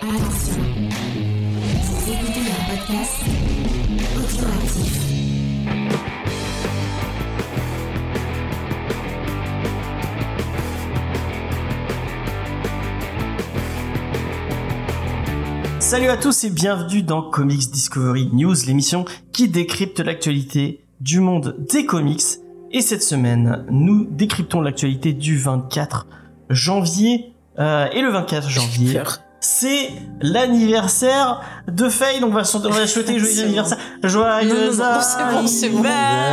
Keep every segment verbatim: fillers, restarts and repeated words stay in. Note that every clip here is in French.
Attention, vous écoutez un podcast audioactif. Salut à tous et bienvenue dans Comics Discovery News, l'émission qui décrypte l'actualité du monde des comics. Et cette semaine, nous décryptons l'actualité du vingt-quatre janvier. Euh, et le vingt-quatre janvier, Super. c'est l'anniversaire de Faye. Donc on va, on va souhaiter joyeux anniversaire. Joyeux non, non, non, c'est bon, c'est bon.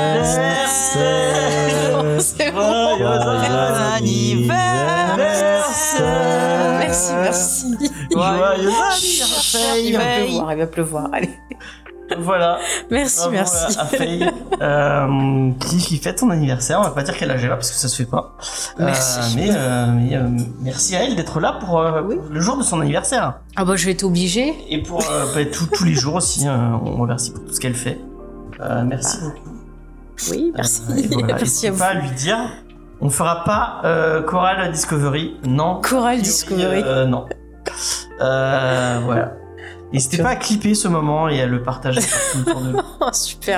C'est bon. Joyeux anniversaire. Merci, merci. Joyeux anniversaire. Il va pleuvoir, il va pleuvoir. Allez. Voilà. Merci, Bravo merci. à Faye, euh, qui, qui fête son anniversaire. On va pas dire quel âge elle a parce que ça se fait pas. Merci. Euh, mais euh, mais euh, merci à elle d'être là pour euh, oui. le jour de son anniversaire. Ah bah je vais t'obliger. Et pour euh, bah, tout, tous les jours aussi. Euh, on remercie pour tout ce qu'elle fait. Euh, merci bah. beaucoup. Oui, merci. Euh, et voilà. Merci et à vous. Pas à lui dire. On fera pas euh, Coral Discovery. Non. Coral Discovery. Euh, non. Euh, voilà. N'hésitez pas à clipper ce moment et à le partager partout autour de vous. Oh, super.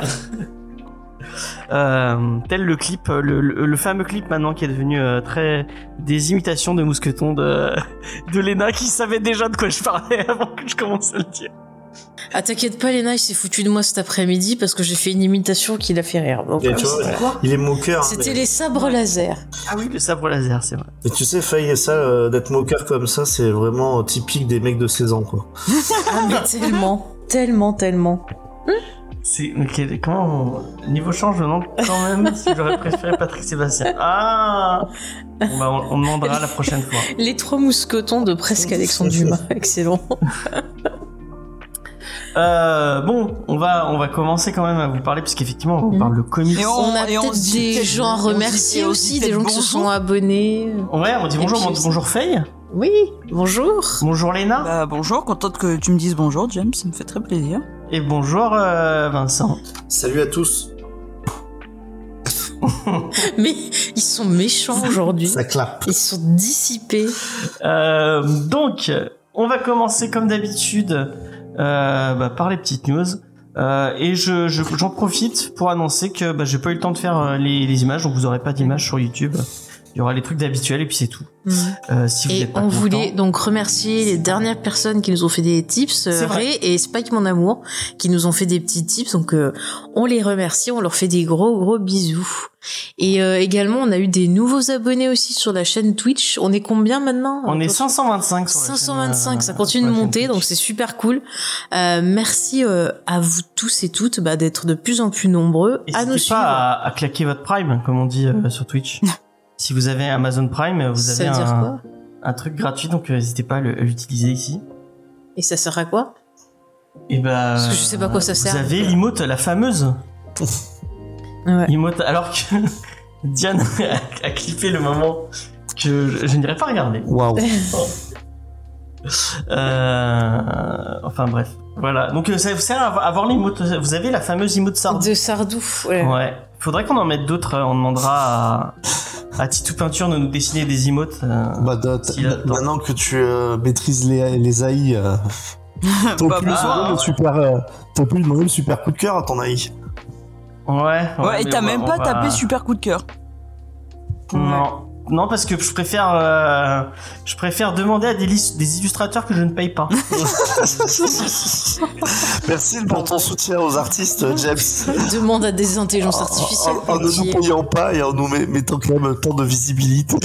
euh, tel le clip, le, le, le fameux clip maintenant qui est devenu euh, très des imitations de Mousqueton de de Léna qui savait déjà de quoi je parlais avant que je commence à le dire. Ah t'inquiète pas, Léna, il s'est foutu de moi cet après-midi parce que j'ai fait une imitation qui l'a fait rire. Donc, et tu vois, quoi il est moqueur. C'était mais... les sabres laser. Ah oui, le sabre laser, c'est vrai. Et tu sais, Faye, ça, euh, d'être moqueur comme ça, c'est vraiment typique des mecs de seize ans, quoi. Ah mais tellement, tellement, tellement. C'est okay, comment on... niveau changement quand même si j'aurais préféré Patrick Sébastien. Ah bon, bah, on, on demandera la prochaine fois. Les trois mousquetons de presque Alexandre Dumas, excellent. Euh, bon, on va on va commencer quand même à vous parler puisqu'effectivement on mmh. parle de comics. Et on, on a et peut-être on des gens à remercier aussi, des gens qui se sont abonnés. Ouais, on dit bonjour, puis, bonjour Faye. Oui, bonjour. Bonjour Léna. Bah bonjour, contente que tu me dises bonjour James, ça me fait très plaisir. Et bonjour euh, Vincent. Salut à tous. Mais ils sont méchants aujourd'hui. Ça clappe. Ils sont dissipés. Euh, donc, on va commencer comme d'habitude. Euh, bah, par les petites news euh, et je, je j'en profite pour annoncer que bah, j'ai pas eu le temps de faire euh, les, les images, donc vous aurez pas d'images sur YouTube. Il y aura les trucs d'habituel et puis c'est tout. Mmh. Euh, si vous et êtes pas on content, voulait donc remercier les dernières personnes qui nous ont fait des tips, euh, Ray et Spike mon amour, qui nous ont fait des petits tips. Donc euh, on les remercie, on leur fait des gros gros bisous. Et euh, également on a eu des nouveaux abonnés aussi sur la chaîne Twitch. On est combien maintenant ? On est cinq cent vingt-cinq sur la cinq cent vingt-cinq, chaîne, ça continue de monter, donc c'est super cool. Euh, merci euh, à vous tous et toutes bah, d'être de plus en plus nombreux et à nous suivre. N'hésitez pas à, à claquer votre Prime, comme on dit euh, sur Twitch. Si vous avez Amazon Prime, vous avez un, un truc gratuit, donc n'hésitez pas à, le, à l'utiliser ici. Et ça sert à quoi ? Et bah, parce que je sais pas quoi ça vous sert. Vous avez l'emote, la fameuse. Ouais. Emote, alors que Diane a, a clippé le moment que je, je n'irai pas regarder. Waouh. euh, enfin bref, voilà. Donc ça vous sert à avoir l'emote. Vous avez la fameuse emote Sardou. De Sardou. Ouais. Ouais. Faudrait qu'on en mette d'autres. On demandera à, à Titou Peinture de nous dessiner des emotes. Euh, bah, da, si da, maintenant que tu euh, maîtrises les, les A I, euh, t'as bah, plus bah, le ouais. super, euh, t'as plus demandé le super coup de cœur à ton A I. Ouais. Ouais, ouais et t'as même pas va... tapé super coup de cœur. Non. Ouais. Non, parce que je préfère, euh, je préfère demander à des, lis- des illustrateurs que je ne paye pas. Merci pour ton soutien aux artistes, James. Demande à des intelligences artificielles. En, en, en ne nous payant pas et en nous mettant quand même tant de visibilité.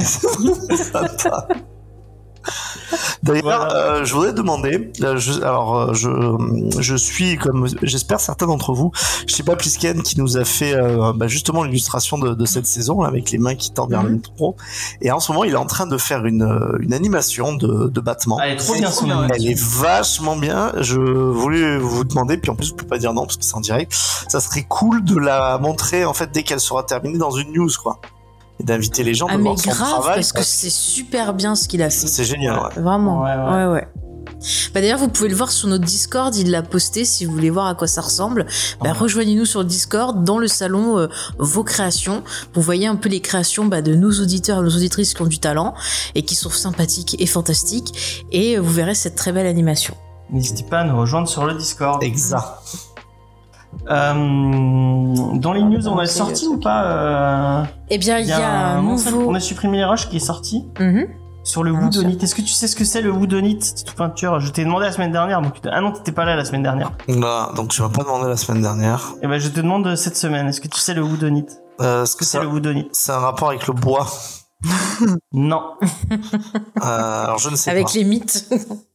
D'ailleurs, voilà. euh, je voudrais demander, euh, je, alors je, je suis comme j'espère certains d'entre vous, je sais pas Plisken qui nous a fait euh, bah, justement l'illustration de, de cette saison là, avec les mains qui tendent vers le micro, et en ce moment il est en train de faire une, une animation de, de battement. Elle est trop bien son animation. Elle est vachement bien. Je voulais vous demander, puis en plus vous pouvez pas dire non parce que c'est en direct. Ça serait cool de la montrer en fait dès qu'elle sera terminée dans une news quoi. Et d'inviter les gens ah de mais voir son grave, travail parce que c'est super bien ce qu'il a fait. C'est génial, ouais. Vraiment, ouais, ouais. ouais. Bah d'ailleurs, vous pouvez le voir sur notre Discord, il l'a posté si vous voulez voir à quoi ça ressemble. Bah, oh. Rejoignez-nous sur le Discord, dans le salon euh, Vos Créations. Vous voyez un peu les créations bah, de nos auditeurs et nos auditrices qui ont du talent et qui sont sympathiques et fantastiques. Et euh, vous verrez cette très belle animation. N'hésitez pas à nous rejoindre sur le Discord. Exact. Euh, dans les news, on a sorti ou pas euh, Eh bien, il y, y a un nouveau... On a supprimé les rushs qui est sorti. Mm-hmm. Sur le Whodunit. Est-ce que tu sais ce que c'est le Whodunit, Tito Peinture? Je t'ai demandé la semaine dernière, donc ah non, t'étais pas là la semaine dernière. Bah, donc tu m'as pas demandé la semaine dernière. Et ben, je te demande cette semaine. Est-ce que tu sais le Whodunit? Euh, Est-ce que c'est le Whodunit? C'est un rapport avec le bois. Non. euh, alors je ne sais avec pas. Avec les mythes.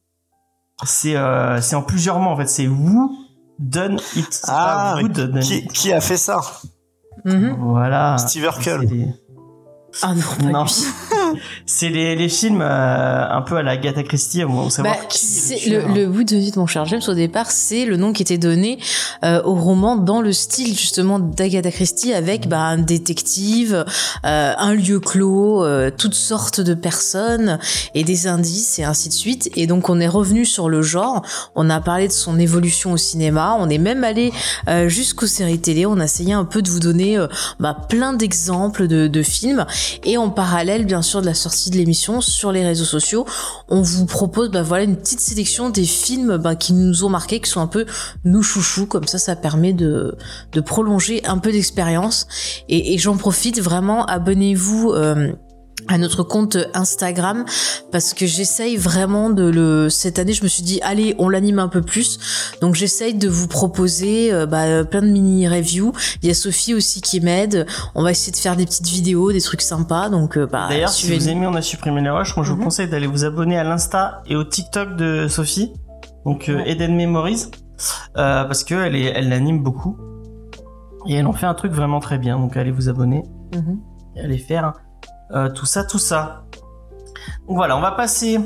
c'est euh, c'est en plusieurs mots en fait. C'est Who Done It. Ah, Who done qui, it. qui a fait ça? Mm-hmm. Voilà. Steve Urkel. Les... Ah non, pas non. lui. C'est les, les films euh, un peu à la Agatha Christie, on savoir bah, qui c'est est le, le, le Whodunit, mon cher James, au départ, c'est le nom qui était donné euh, au roman dans le style justement d'Agatha Christie, avec bah, un détective, euh, un lieu clos, euh, toutes sortes de personnes et des indices et ainsi de suite. Et donc on est revenu sur le genre, on a parlé de son évolution au cinéma, on est même allé euh, jusqu'aux séries télé, on a essayé un peu de vous donner euh, bah, plein d'exemples de, de films. Et en parallèle, bien sûr, de la sortie de l'émission sur les réseaux sociaux, on vous propose bah, voilà, une petite sélection des films bah, qui nous ont marqués, qui sont un peu nous chouchous, comme ça, ça permet de, de prolonger un peu d'expérience. Et, et j'en profite vraiment, abonnez-vous euh, à notre compte Instagram, parce que j'essaye vraiment de le... Cette année, je me suis dit, allez, on l'anime un peu plus. Donc, j'essaye de vous proposer euh, bah, plein de mini-reviews. Il y a Sophie aussi qui m'aide. On va essayer de faire des petites vidéos, des trucs sympas. Donc, euh, bah, d'ailleurs, si vous aimez, on a supprimé les rushs. Moi, je mm-hmm. vous conseille d'aller vous abonner à l'Insta et au TikTok de Sophie. Donc, euh, ouais. Eden Memories. Euh, parce que elle, est, elle l'anime beaucoup. Et elle en fait un truc vraiment très bien. Donc, allez vous abonner. Mm-hmm. Et allez faire... Euh, tout ça, tout ça. Donc voilà, on va passer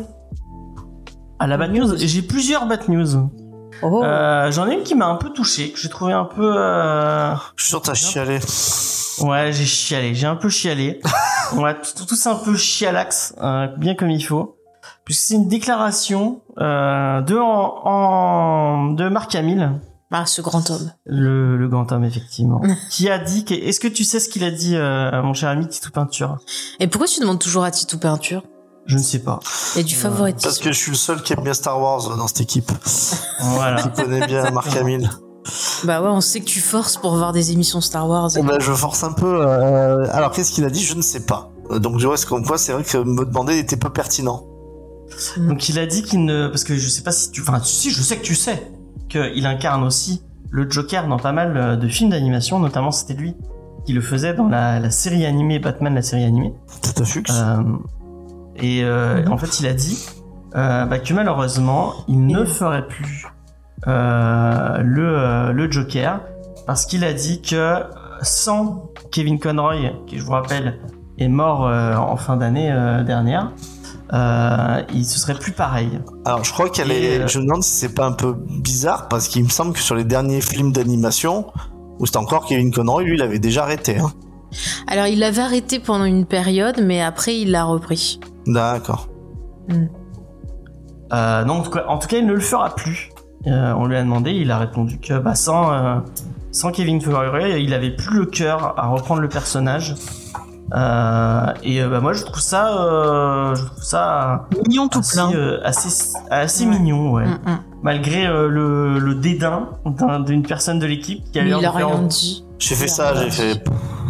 à la bad news. J'ai plusieurs bad news. Oh. Euh, j'en ai une qui m'a un peu touché, que j'ai trouvé un peu... Euh... Je suis sûr que t'as chialé. Ouais, j'ai chialé, j'ai un peu chialé. On va tous un peu chialax, euh, bien comme il faut. Puisque c'est une déclaration euh, de, en, en, de Marc Hamill. Ah, ce grand homme. Le, le grand homme, effectivement. Qui a dit... Que, est-ce que tu sais ce qu'il a dit, euh, mon cher ami Titou Peinture? Et pourquoi tu demandes toujours à Titou Peinture? Je ne sais pas. Il y a du favoritisme. Parce que je suis le seul qui aime bien Star Wars dans cette équipe. Voilà. Qui connaît bien Marc Hamill. Bah ouais, on sait que tu forces pour voir des émissions Star Wars. Bah, je force un peu. Euh... Alors, qu'est-ce qu'il a dit? Je ne sais pas. Donc, je vois ce qu'on voit. C'est vrai que me demander n'était pas pertinent. Donc, il a dit qu'il ne... Parce que je sais pas si tu... Enfin, si, je sais que tu sais qu'il incarne aussi le Joker dans pas mal de films d'animation, notamment c'était lui qui le faisait dans la, la série animée Batman, la série animée. Tout à fait. Euh, et euh, mm-hmm. en fait, il a dit euh, bah, que malheureusement, il ne ferait plus euh, le, euh, le Joker, parce qu'il a dit que sans Kevin Conroy, qui je vous rappelle est mort euh, en fin d'année euh, dernière, Euh, il se serait plus pareil. Alors je crois qu'elle est. Euh... Je me demande si c'est pas un peu bizarre, parce qu'il me semble que sur les derniers films d'animation où c'était encore Kevin Conroy, lui il avait déjà arrêté. Hein. Alors il l'avait arrêté pendant une période, mais après il l'a repris. D'accord. Mm. Euh, non, en tout, cas, en tout cas, il ne le fera plus. Euh, on lui a demandé, il a répondu que bah, sans euh, sans Kevin Conroy, il avait plus le cœur à reprendre le personnage. Euh, et euh, bah moi je trouve ça euh, je trouve ça mignon tout assez, plein euh, assez assez ouais. mignon ouais mm-hmm. malgré euh, le, le dédain d'un, d'une personne de l'équipe qui a l'air il a de faire rien en... dit j'ai fait il ça j'ai fait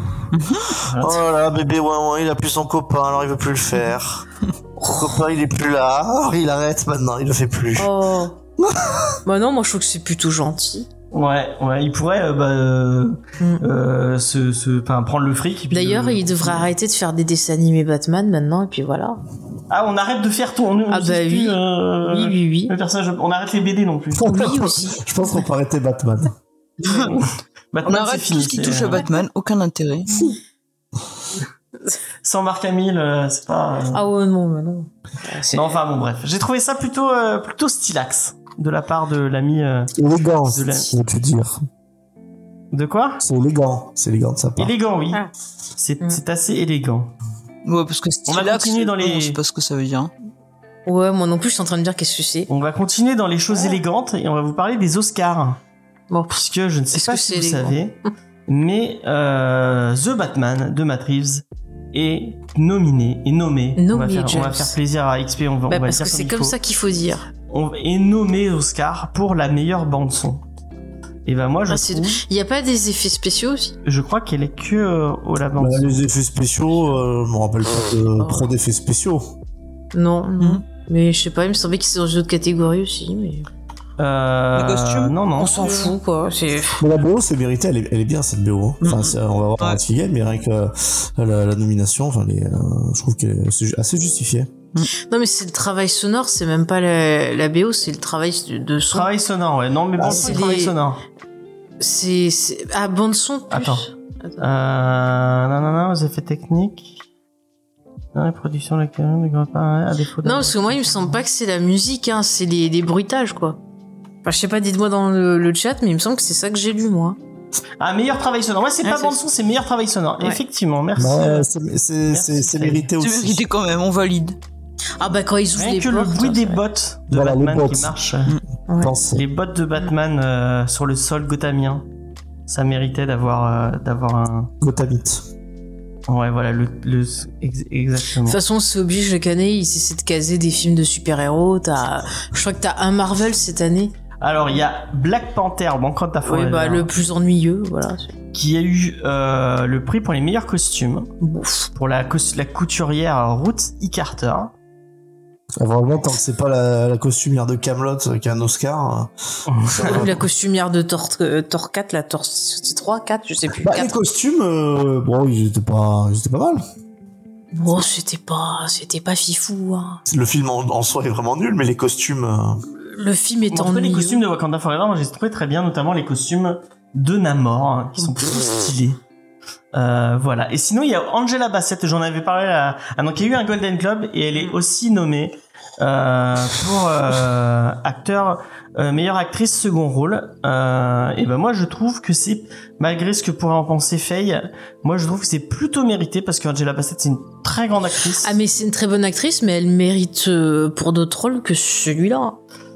oh là bébé ouin ouin il a plus son copain alors il veut plus le faire son copain il est plus là alors il arrête maintenant il le fait plus oh bah non moi je trouve que c'est plutôt gentil. Ouais, ouais, il pourrait euh, bah, euh, mm. euh, se, se, prendre le fric. D'ailleurs, le... il devrait arrêter de faire des dessins animés Batman maintenant, et puis voilà. Ah, on arrête de faire tout. On, on ah bah oui. Plus, euh, oui, oui, oui. Le personnage, on arrête les B D non plus. Oui aussi. Je pense qu'on peut arrêter Batman. Batman on arrête fini, tout ce qui touche à Batman, aucun intérêt. Sans Marc Hamill, euh, c'est pas. Euh... Ah ouais non, mais non. C'est... Non, enfin bon, bref, j'ai trouvé ça plutôt, euh, plutôt stylax. De la part de l'ami. Euh, élégant, de la... c'est te dire. De quoi? C'est élégant, c'est élégant de sa part. Élégant, oui. Ah. C'est, mm. c'est assez élégant. Ouais, parce que on va continuer dans les. Je sais pas ce que ça veut dire. Ouais, moi non plus, je suis en train de dire qu'est-ce que c'est. On va continuer dans les choses Ouais. élégantes et on va vous parler des Oscars. Bon, Puisque je ne sais Est-ce pas que si c'est vous élégant savez, mais euh, The Batman de Matt Reeves est nominé et nommé. on, va Nommé, faire, on va James. faire plaisir à X P, on va, bah, on va parce dire que c'est il comme faut. ça qu'il faut dire. On est nommé Oscar pour la meilleure bande son. Et ben moi je Ah, c'est- trouve, Il y a pas des effets spéciaux aussi? je crois qu'elle est que euh, au la bande Bah, son. les effets spéciaux, euh, je me rappelle pas de trop d'effets spéciaux. Non, non. Mhm. Mais je sais pas, il me semblait qu'ils étaient dans une autre catégorie aussi, mais Euh, Les costumes Non non. on s'en fout, quoi. C'est... Mais la B O, c'est mérité, elle est, elle est bien cette B O. hein. Enfin, Mhm. c'est- on va voir Ouais. ouais. qui gagne, mais rien que euh, la, la nomination, enfin, les, euh, je trouve que c'est assez justifié. Non, mais c'est le travail sonore, c'est même pas la, la B O, c'est le travail de, de son. Travail sonore, ouais. Non mais bon, Ah, c'est c'est travail les- sonore. C'est, c'est... Ah, bande son plus. Attends. Euh, non non non, aux effets techniques. Non, la production de la carrière ne grand pas à défaut. de- Non, parce que moi, il me semble pas que c'est la musique, hein, c'est les, les bruitages, quoi. Enfin, je sais pas, dites-moi dans le, le chat, mais il me semble que c'est ça que j'ai lu, moi. Ah, meilleur travail sonore. Ouais, c'est Ah, pas c'est- bande son, c'est meilleur travail sonore. Ouais. Effectivement, merci. Ouais, c'est c'est- Merci, c'est- c'est Faye. mérité C'est aussi. mérité quand même, on valide. Ah, bah, quand ils ouvrent Rien les que portes. le bruit hein, des c'est- bottes de Voilà, les Batman qui bottes. marchent, Ouais. Pense. les bottes de Batman euh, sur le sol gothamien, ça méritait d'avoir euh, d'avoir un. Gothamite. Ouais, voilà, le, le ex- exactement. De toute façon, c'est obligé chaque année, ils essaient de caser des films de super-héros. T'as, je crois que t'as un Marvel cette année. Alors, il y a Black Panther, Wakanda Oui, Forever, bah, le plus ennuyeux, voilà. qui a eu euh, le prix pour les meilleurs costumes Ouf. pour la, cos- la couturière Ruth E. Carter. Ah, vraiment, tant que c'est pas la, la costumière de Camelot qui a un Oscar. euh, ça va. La costumière de Thor, euh, Thor quatre, la Thor c'est trois, quatre, je sais plus. Bah, les quatre. costumes, euh, bon, ils étaient pas, ils étaient pas mal. Bon, c'était pas, c'était pas fifou, hein. Le film en, en soi est vraiment nul, mais les costumes. euh, Le film est Bon, en tout cas, les ennuyeux. costumes de Wakanda Forever, moi j'ai trouvé très bien, notamment les costumes de Namor, hein, qui sont plutôt stylés. Euh, voilà. Et sinon, il y a Angela Bassett, j'en avais parlé à... Ah, donc il y a eu un Golden Globe et elle est aussi nommée euh, pour euh, acteur, euh, meilleure actrice second rôle. Euh, et ben moi, je trouve que c'est, malgré ce que pourrait en penser Faye, moi je trouve que c'est plutôt mérité parce que Angela Bassett c'est une très grande actrice. Ah, mais c'est une très bonne actrice, mais elle mérite euh, pour d'autres rôles que celui-là.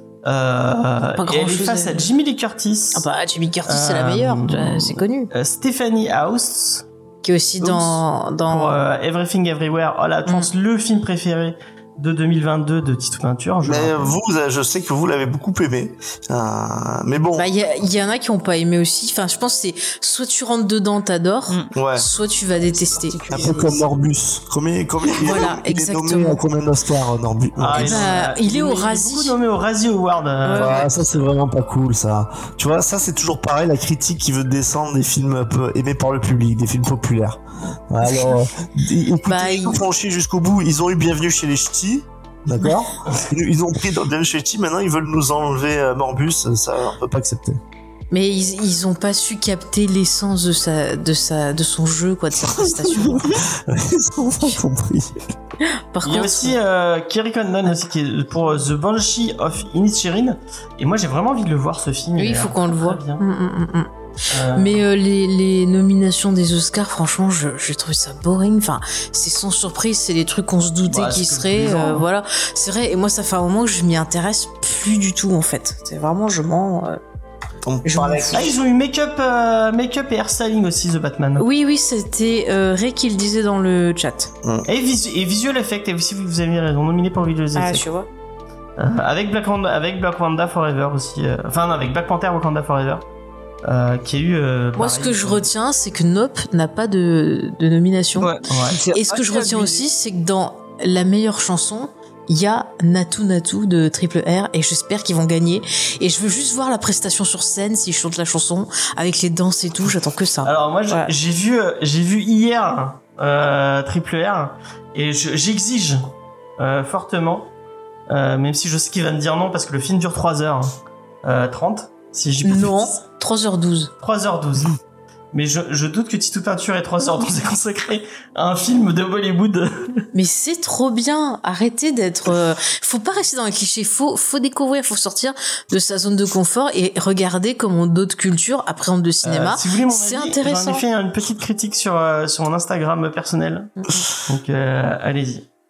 Euh, Pas et elle est grand-chose face à- à Jimmy Lee Curtis. Ah bah, Jimmy Curtis, c'est la Euh, meilleure, euh, c'est connu. euh, Stephanie House Qui est aussi Oops. dans, dans... pour euh, Everything Everywhere All at Once, le film préféré de deux mille vingt-deux de Tito Peinture. Je Mais le rappelle. vous, je sais que vous l'avez beaucoup aimé. Euh, mais bon, Bah, il y, a- il y en a qui ont pas aimé aussi. Enfin, je pense que c'est soit tu rentres dedans, t'adores, Mm. ouais. soit tu vas détester. Un peu comme Norbus. Combien, combien il est Voilà, nommé- il est nommé exactement. à combien d'Oscars, Norbus? Ah, Eh il, bah, a- il est au est Razzie. beaucoup nommé au Razzie Award. euh, Ouais. Ah, ça c'est vraiment pas cool ça. Tu vois, ça c'est toujours pareil, la critique qui veut descendre des films un peu aimés par le public, des films populaires. Alors, euh, écoutez, Bah, ils il- ont franchi jusqu'au bout, ils ont eu Bienvenue chez les Ch'tis, d'accord. ils, ils ont pris dans Bienvenue chez les Ch'tis, maintenant ils veulent nous enlever euh, Morbus, ça on peut pas accepter. Mais ils, ils ont pas su capter l'essence de sa, de sa, de son jeu, quoi, de sa prestation. Ils ont pas compris. Par Il y a contre, aussi euh, Kerry Condon aussi qui est pour euh, The Banshee of Inisherin. Et moi j'ai vraiment envie de le voir ce film. oui, a il faut l'air qu'on le très voit. bien. Mm, mm, mm, mm. Euh, Mais euh, les, les nominations des Oscars, franchement, je, j'ai trouvé ça boring. Enfin, c'est sans surprise, c'est des trucs qu'on se doutait Bah, qu'ils c'est seraient. tous les ans, euh, hein. voilà, c'est vrai. Et moi, ça fait un moment que je m'y intéresse plus du tout, en fait. C'est vraiment, je m'en. euh, On Je parlait- m'en fous. Ah, ils ont eu make-up, euh, make-up et hairstyling aussi, The Batman. Oui, oui, c'était euh, Ray qui le disait dans le chat. Et, visu- et visual effect, et aussi vous avez raison, nominé pour visual effect. Ah, tu vois. Euh, avec Black Wanda, avec Black Wanda Forever aussi. euh, enfin, non, avec Black Panther Wakanda Forever. Euh, qui a eu. euh, Moi, pareil, ce que je euh, retiens, c'est que Nope n'a pas de, de nomination. Ouais. Ouais. Et ce que je retiens aussi, c'est que dans la meilleure chanson, il y a Natu Natu de Triple R et j'espère qu'ils vont gagner. Et je veux juste voir la prestation sur scène s'ils chantent la chanson avec les danses et tout. J'attends que ça. Alors moi, j'ai Ouais. j'ai vu, euh, j'ai vu hier euh, Triple R et je- j'exige euh, fortement, euh, même si je sais qu'il va me dire non parce que le film dure trois heures trente. Si j'ai pas de Non, bêtises. trois heures douze. trois heures douze. Mais je, je doute que Tito Peinture et trois heures douze est consacré à un film de Bollywood. Mais c'est trop bien. Arrêtez d'être. euh, Faut pas rester dans les clichés. Faut, faut découvrir. Faut sortir de sa zone de confort et regarder comment d'autres cultures appréhendent le cinéma. Euh, si vous voulez mon c'est avis, intéressant. j'en ai fait une petite critique sur, euh, sur mon Instagram personnel. Donc euh, allez-y.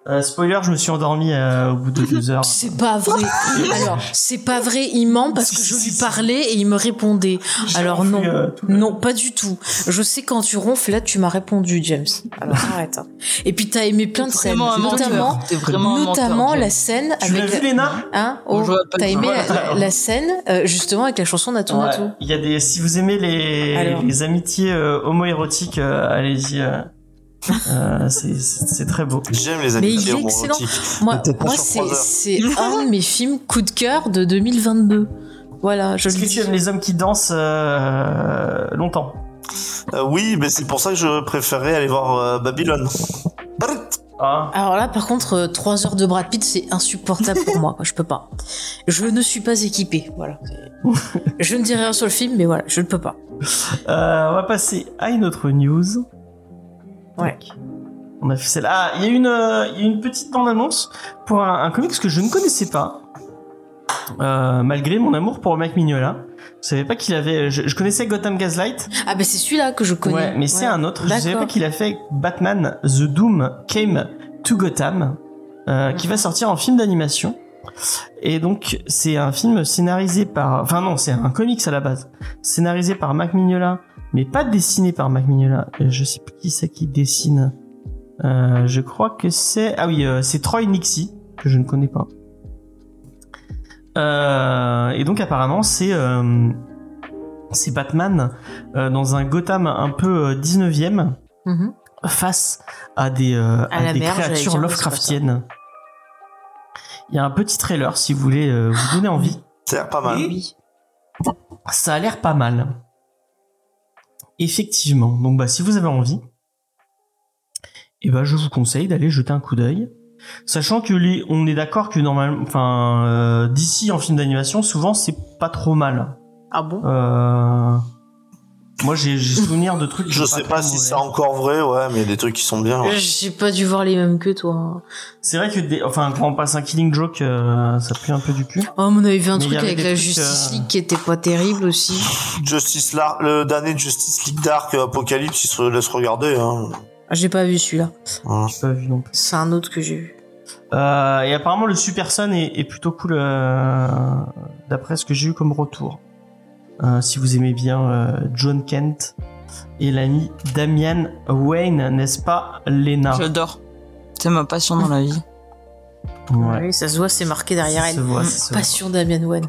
Euh, spoiler, je me suis endormi euh, au bout de deux heures. C'est pas vrai. Alors, c'est pas vrai, il ment parce que je lui parlais et il me répondait. J'ai Alors ronflé, non, euh, tout le- non, pas du tout. Je sais quand tu ronfles, là tu m'as répondu, James. Alors arrête. Et puis t'as aimé plein de T'es scènes, vraiment un menteur. notamment, T'es vraiment un notamment menteur, la James. scène Tu l'as avec. vu, Léna? Hein oh, Je vois pas t'as du aimé tout. la, la scène euh, justement avec la chanson Natonato. Ouais, il y a des, si vous aimez les, Alors. les amitiés euh, homo-érotiques, euh, allez-y. Euh, euh, c'est, c'est, c'est très beau. J'aime les Mais il amitiés est excellent. homo-érotiques. Moi, Peut-être pas moi sur c'est, trois heures. c'est un de mes films coup de cœur de deux mille vingt-deux. Voilà, je Est-ce le que dis. tu aimes les hommes qui dansent euh, longtemps? Euh, oui, mais c'est pour ça que je préférais aller voir euh, Babylone. Ah. Alors là, par contre, euh, trois heures de Brad Pitt, c'est insupportable pour moi. Quoi. Je peux pas. Je ne suis pas équipé. Voilà. Je ne dis rien sur le film, mais voilà, je ne peux pas. Euh, on va passer à une autre news. Ouais. On a fait celle-là. Ah, il y a une, euh, il y a une petite bande-annonce pour un, un comics que je ne connaissais pas. Euh, malgré mon amour pour Mike Mignola. Je savais pas qu'il avait, je, je connaissais Gotham Gaslight. Ah bah c'est celui-là que je connais. Ouais, mais c'est Ouais. un autre. Je savais D'accord. pas qu'il a fait Batman The Doom Came to Gotham, euh, qui va sortir en film d'animation. Et donc, c'est un film scénarisé par, enfin non, c'est un comics à la base. Scénarisé par Mike Mignola, mais pas dessiné par Mike Mignola. Euh, Je sais plus qui c'est qui dessine. Euh, je crois que c'est, ah oui, euh, c'est Troy Nixie, que je ne connais pas. Euh, et donc apparemment c'est euh, c'est Batman euh, dans un Gotham un peu euh, dix-neuvième Mhm. face à des, euh, À à la des mer, j'allais créatures dire, Lovecraftiennes. Il y a un petit trailer si vous voulez euh, vous donner envie. Ça a l'air pas mal. Oui. Ça a l'air pas mal. Effectivement. Donc bah si vous avez envie, et ben je vous conseille d'aller jeter un coup d'œil. Sachant que les, on est d'accord que normalement, enfin, euh, d'ici en film d'animation, souvent c'est pas trop mal. Ah bon? Euh, moi j'ai, j'ai souvenir de trucs. Je sais pas si c'est encore vrai, ouais, mais il y a des trucs qui sont bien. Ouais. J'ai pas dû voir les mêmes que toi. C'est vrai que, des, enfin, quand on passe un Killing Joke, euh, ça pue un peu du cul. Oh, on avait vu un Mais il y truc avait avec des la trucs, Justice euh, League qui était pas terrible aussi. Justice Lar- le dernier Justice League Dark euh, Apocalypse, il se laisse regarder. Hein. Ah, j'ai pas vu celui-là. Voilà. J'ai pas vu non plus. C'est un autre que j'ai vu. Euh, et apparemment le Super Son est, est plutôt cool, euh, d'après ce que j'ai eu comme retour. Euh, si vous aimez bien euh, John Kent et l'ami Damian Wayne, n'est-ce pas, Lena? J'adore. C'est ma passion dans la vie. Ouais. Oui, ça se voit, c'est marqué derrière Ça elle. se voit, ça se voit. Passion Damian Wayne.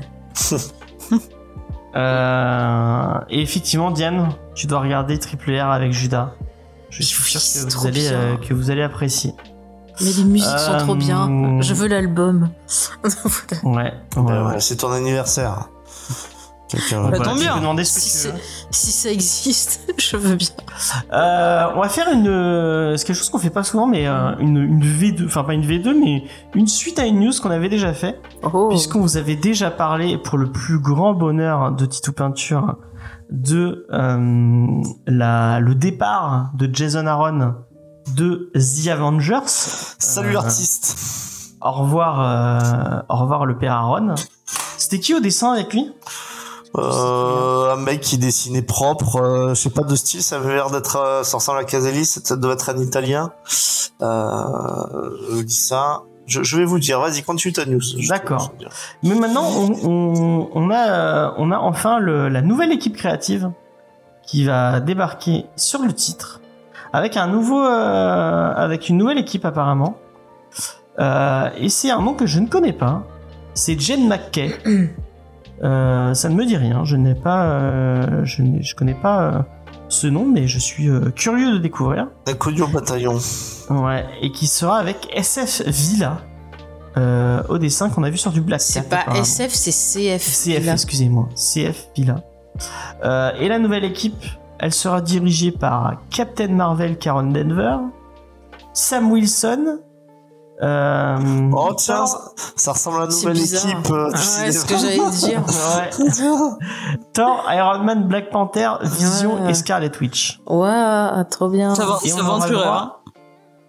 Euh, et effectivement, Diane, tu dois regarder Triple R avec Judas. Je suis sûr C'est que vous, trop allez, bien. euh, que vous allez apprécier. Mais les musiques sont Euh, trop bien. Je veux l'album. Ouais, ouais, Euh, ouais. C'est ton anniversaire. Quelqu'un Bah, Voilà, tant tu bien. peux demander ce que si, tu c'est- veux. si ça existe, je veux bien. Euh, on va faire une, euh, c'est quelque chose qu'on fait pas souvent, mais euh, une, une V deux, enfin pas une V deux, mais une suite à une news qu'on avait déjà fait, Oh. puisqu'on vous avait déjà parlé, pour le plus grand bonheur de Titou Peinture, de euh, la, le départ de Jason Aaron de The Avengers. Salut Euh, l'artiste. Au revoir, euh, au revoir le père Aaron. C'était qui au dessin avec lui? Euh, un mec qui dessinait propre, euh, je sais pas de style, ça avait l'air d'être, euh, ça ressemble à Caselli, ça devait être un italien. Euh, je vous dis ça. Je, je vais vous dire, vas-y, continue ta news. Je- D'accord. je- je- Mais maintenant, on, on, on a, euh, on a enfin le, la nouvelle équipe créative qui va débarquer sur le titre avec un nouveau, euh, avec une nouvelle équipe apparemment. Euh, et c'est un nom que je ne connais pas. C'est Jen McKay. Euh, ça ne me dit rien. Je n'ai pas, euh, je, n'ai, je connais pas euh, ce nom, mais je suis euh, curieux de découvrir. Inconnu au bataillon. Ouais, et qui sera avec S F Villa euh, au dessin qu'on a vu sur du Black Cat. C'est pas apparemment. S F, c'est C F. C F, Là. excusez-moi, C F Villa. Euh, et la nouvelle équipe, elle sera dirigée par Captain Marvel Karen Denver, Sam Wilson. Euh, Oh tiens, Thor- ça, ça ressemble à la C'est nouvelle bizarre. équipe euh, du Ah ouais, cinéma. ce que j'allais te dire. Ouais. Thor, Iron Man, Black Panther, Vision Ouais. et Scarlet Witch. Waouh, trop bien. Ça va, Et ça on aura le aventureur. droit-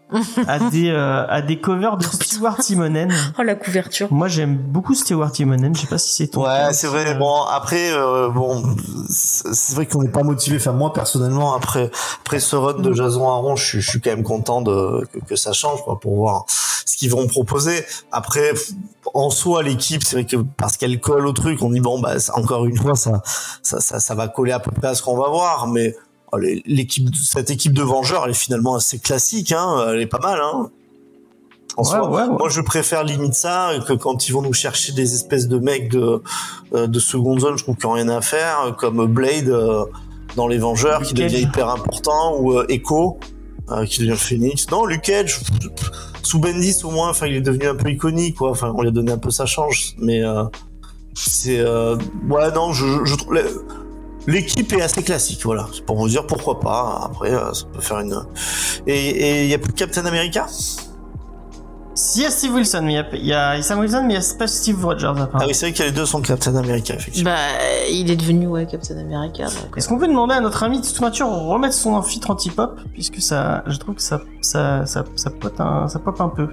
à des euh, à des covers de Stewart Timonen. Oh la couverture. Moi j'aime beaucoup Stewart Timonen. Je sais pas si c'est ton. Ouais, c'est vrai. Euh... Bon, après, euh, bon, c'est vrai qu'on n'est pas motivé. Enfin, moi personnellement, après après ce run de Jason Aaron, je suis je suis quand même content de que, que ça change, quoi, pour voir ce qu'ils vont proposer. Après, en soi, l'équipe, c'est vrai que parce qu'elle colle au truc, on dit bon, bah encore une fois, ça ça ça, ça va coller à peu près à ce qu'on va voir, mais l'équipe, cette équipe de Vengeurs, elle est finalement assez classique, hein. Elle est pas mal, hein. En ouais, soi, ouais, ouais. Moi, je préfère limite ça que quand ils vont nous chercher des espèces de mecs de de seconde zone, je trouve qu'ils n'ont rien à faire, comme Blade euh, dans les Vengeurs, Luke qui devient hyper important, ou euh, Echo euh, qui devient Phoenix. Non, Luke Cage, sous Bendis au moins, enfin, il est devenu un peu iconique, quoi. Enfin, on lui a donné un peu sa chance, mais euh, c'est euh, ouais, non, je, je, je trouve. Les... L'équipe est assez classique, voilà. C'est pour vous dire pourquoi pas. Après, ça peut faire une. Et il y a plus de Captain America. Si, il y a Steve Wilson, mais il y a, y a Sam Wilson, mais il y a pas Steve Rogers. Ah oui, c'est vrai que les deux sont Captain America, effectivement. Bah, il est devenu ouais Captain America. Donc... Est-ce qu'on peut demander à notre ami toute nature de remettre son amphitre anti-pop, puisque ça, je trouve que ça, ça, ça, ça pop un, ça pop un peu.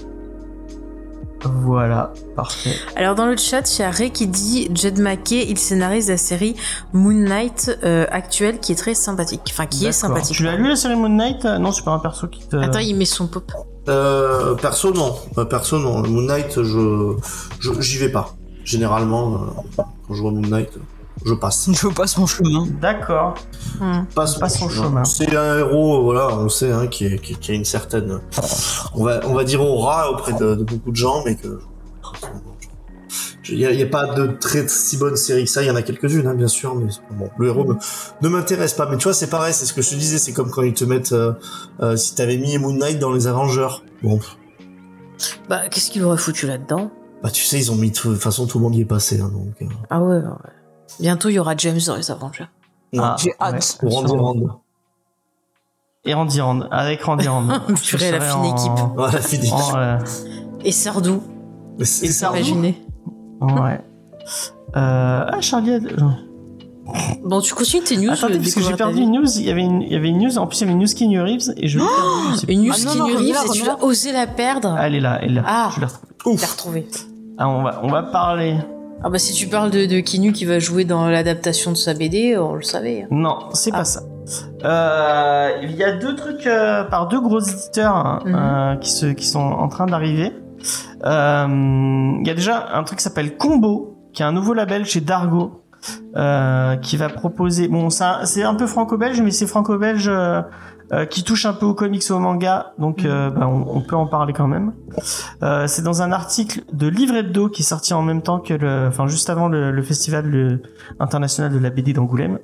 Voilà, parfait. Alors dans le chat, il y a Ray qui dit Jed McKay, il scénarise la série Moon Knight euh, actuelle qui est très sympathique. Enfin, qui D'accord. est sympathique. Tu l'as lu la série Moon Knight ? Non, c'est pas un perso qui te... Attends, il met son pop. Euh, perso, non. Perso, non. Moon Knight, je, je j'y vais pas. Généralement, euh, quand je vois Moon Knight, je passe. Je passe mon chemin. D'accord. Hum. Passe, passe son chemin. C'est un héros, voilà, on sait, hein, qui, est, qui, qui a une certaine, on va, on va dire aura auprès de, de beaucoup de gens, mais que il y a, y a pas de très si bonne série que ça. Il y en a quelques-unes, hein, bien sûr, mais bon, le héros me, ne m'intéresse pas. Mais tu vois, c'est pareil, c'est ce que je te disais, c'est comme quand ils te mettent, euh, euh, si t'avais mis Moon Knight dans les Avengers. Bon. Bah, qu'est-ce qu'il aurait foutu là-dedans ? Bah, tu sais, ils ont mis, de toute façon, tout le monde y est passé, hein, donc. Euh... Ah ouais, ouais. Bientôt, il y aura James dans les Avengers. Ah, j'ai hâte. Ouais, Randy Rand. Et Randy Rand, avec Randy Rand. Tu la fine en... équipe. Ouais, la fine équipe. En, euh... Et Sardou. Et Sardou. Imaginez. Ouais. Euh... Ah, Charlie a... Bon, tu continues tes news. Attendez, parce que j'ai perdu une news. Il y avait une, il y avait une news. En plus, il y avait une news Keanu Reeves et je l'ai oh perdue. Une news ah, Keanu Reeves et tu as osé la perdre. Elle est là, elle est là. Ah, je l'ai retrouvée. T'as retrouvé. Ah, on va, on va parler. Ah bah si tu parles de, de Keanu qui va jouer dans l'adaptation de sa B D, on le savait. Non, c'est ah. pas ça. Euh, il y a deux trucs euh, par deux gros éditeurs hein, mm-hmm. euh, qui, se, qui sont en train d'arriver. Euh, il y a déjà un truc qui s'appelle Combo, qui est un nouveau label chez Dargo, euh, qui va proposer... Bon, c'est un, c'est un peu franco-belge, mais c'est franco-belge... Euh, Euh, qui touche un peu aux comics et au manga, donc euh, bah, on, on peut en parler quand même. Euh, c'est dans un article de Livre Hebdo qui est sorti en même temps que le, enfin juste avant le, le festival le, international de la B D d'Angoulême.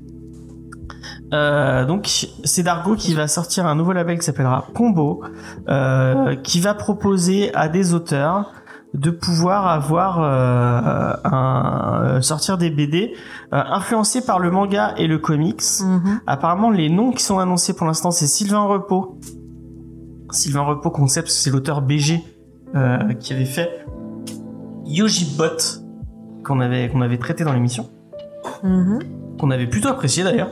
Euh, donc c'est Dargo qui va sortir un nouveau label qui s'appellera Combo, euh, qui va proposer à des auteurs de pouvoir avoir euh, un, sortir des B D euh, influencés par le manga et le comics. Mm-hmm. Apparemment, les noms qui sont annoncés pour l'instant, c'est Sylvain Repos. Sylvain Repos Concept, c'est l'auteur B G euh, qui avait fait Yoji Bot qu'on avait qu'on avait traité dans l'émission, mm-hmm. qu'on avait plutôt apprécié d'ailleurs.